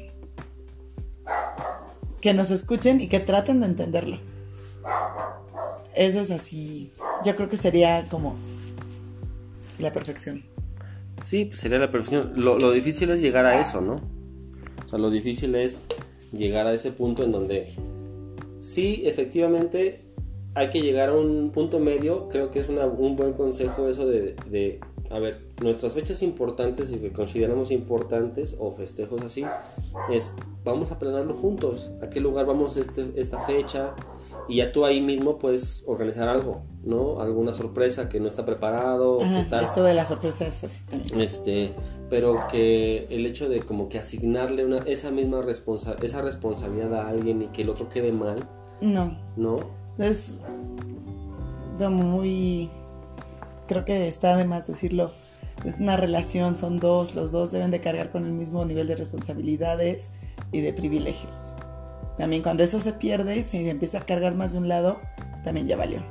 Que nos escuchen y que traten de entenderlo. Eso es así. Yo creo que sería como la perfección. sí, pues sería la perfección. Lo, lo difícil es llegar a eso, ¿no? O sea, lo difícil es llegar a ese punto en donde sí, efectivamente hay que llegar a un punto medio. Creo que es una, un buen consejo eso de, de, a ver, nuestras fechas importantes y que consideramos importantes o festejos así, es vamos a planearlo juntos. ¿A qué lugar vamos este, esta fecha? Y ya tú ahí mismo puedes organizar algo, ¿no? Alguna sorpresa que no está preparado, Ajá, ¿qué tal? eso de la sorpresa es así también. Este, pero que el hecho de como que asignarle una, esa misma responsa, esa responsabilidad a alguien y que el otro quede mal, No, ¿no? es como muy... Creo que está de más decirlo. Es una relación, son dos, los dos deben de cargar con el mismo nivel de responsabilidades y de privilegios. También cuando eso se pierde, si se empieza a cargar más de un lado, también ya valió.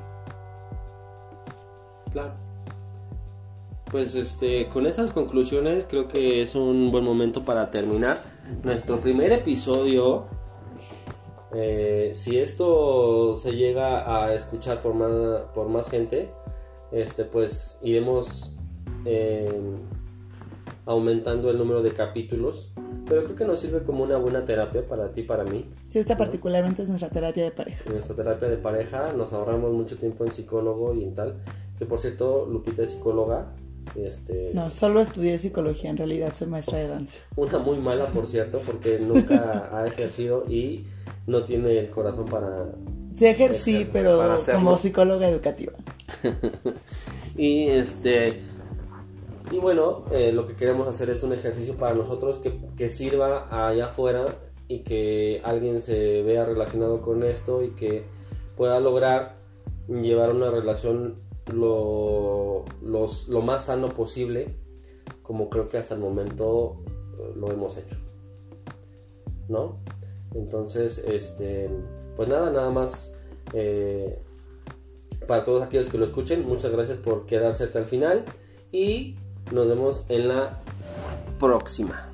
Claro. Pues este, con estas conclusiones creo que es un buen momento para terminar nuestro primer episodio. Eh, si esto se llega a escuchar por más, por más gente, este, pues iremos eh, aumentando el número de capítulos, pero creo que nos sirve como una buena terapia para ti y para mí. Sí, esta particularmente es nuestra terapia de pareja. En nuestra terapia de pareja nos ahorramos mucho tiempo en psicólogo y en tal, que por cierto Lupita es psicóloga Este, No, solo estudié psicología, en realidad soy maestra de danza. Una muy mala, por cierto, porque nunca ha ejercido y no tiene el corazón para... Sí ejercí, pero como psicóloga educativa. Y este... Y bueno, eh, lo que queremos hacer es un ejercicio para nosotros que, que sirva allá afuera y que alguien se vea relacionado con esto y que pueda lograr llevar una relación lo, los, lo más sano posible, como creo que hasta el momento eh, lo hemos hecho, ¿no? Entonces, este, pues nada, nada más eh, para todos aquellos que lo escuchen, muchas gracias por quedarse hasta el final y nos vemos en la próxima.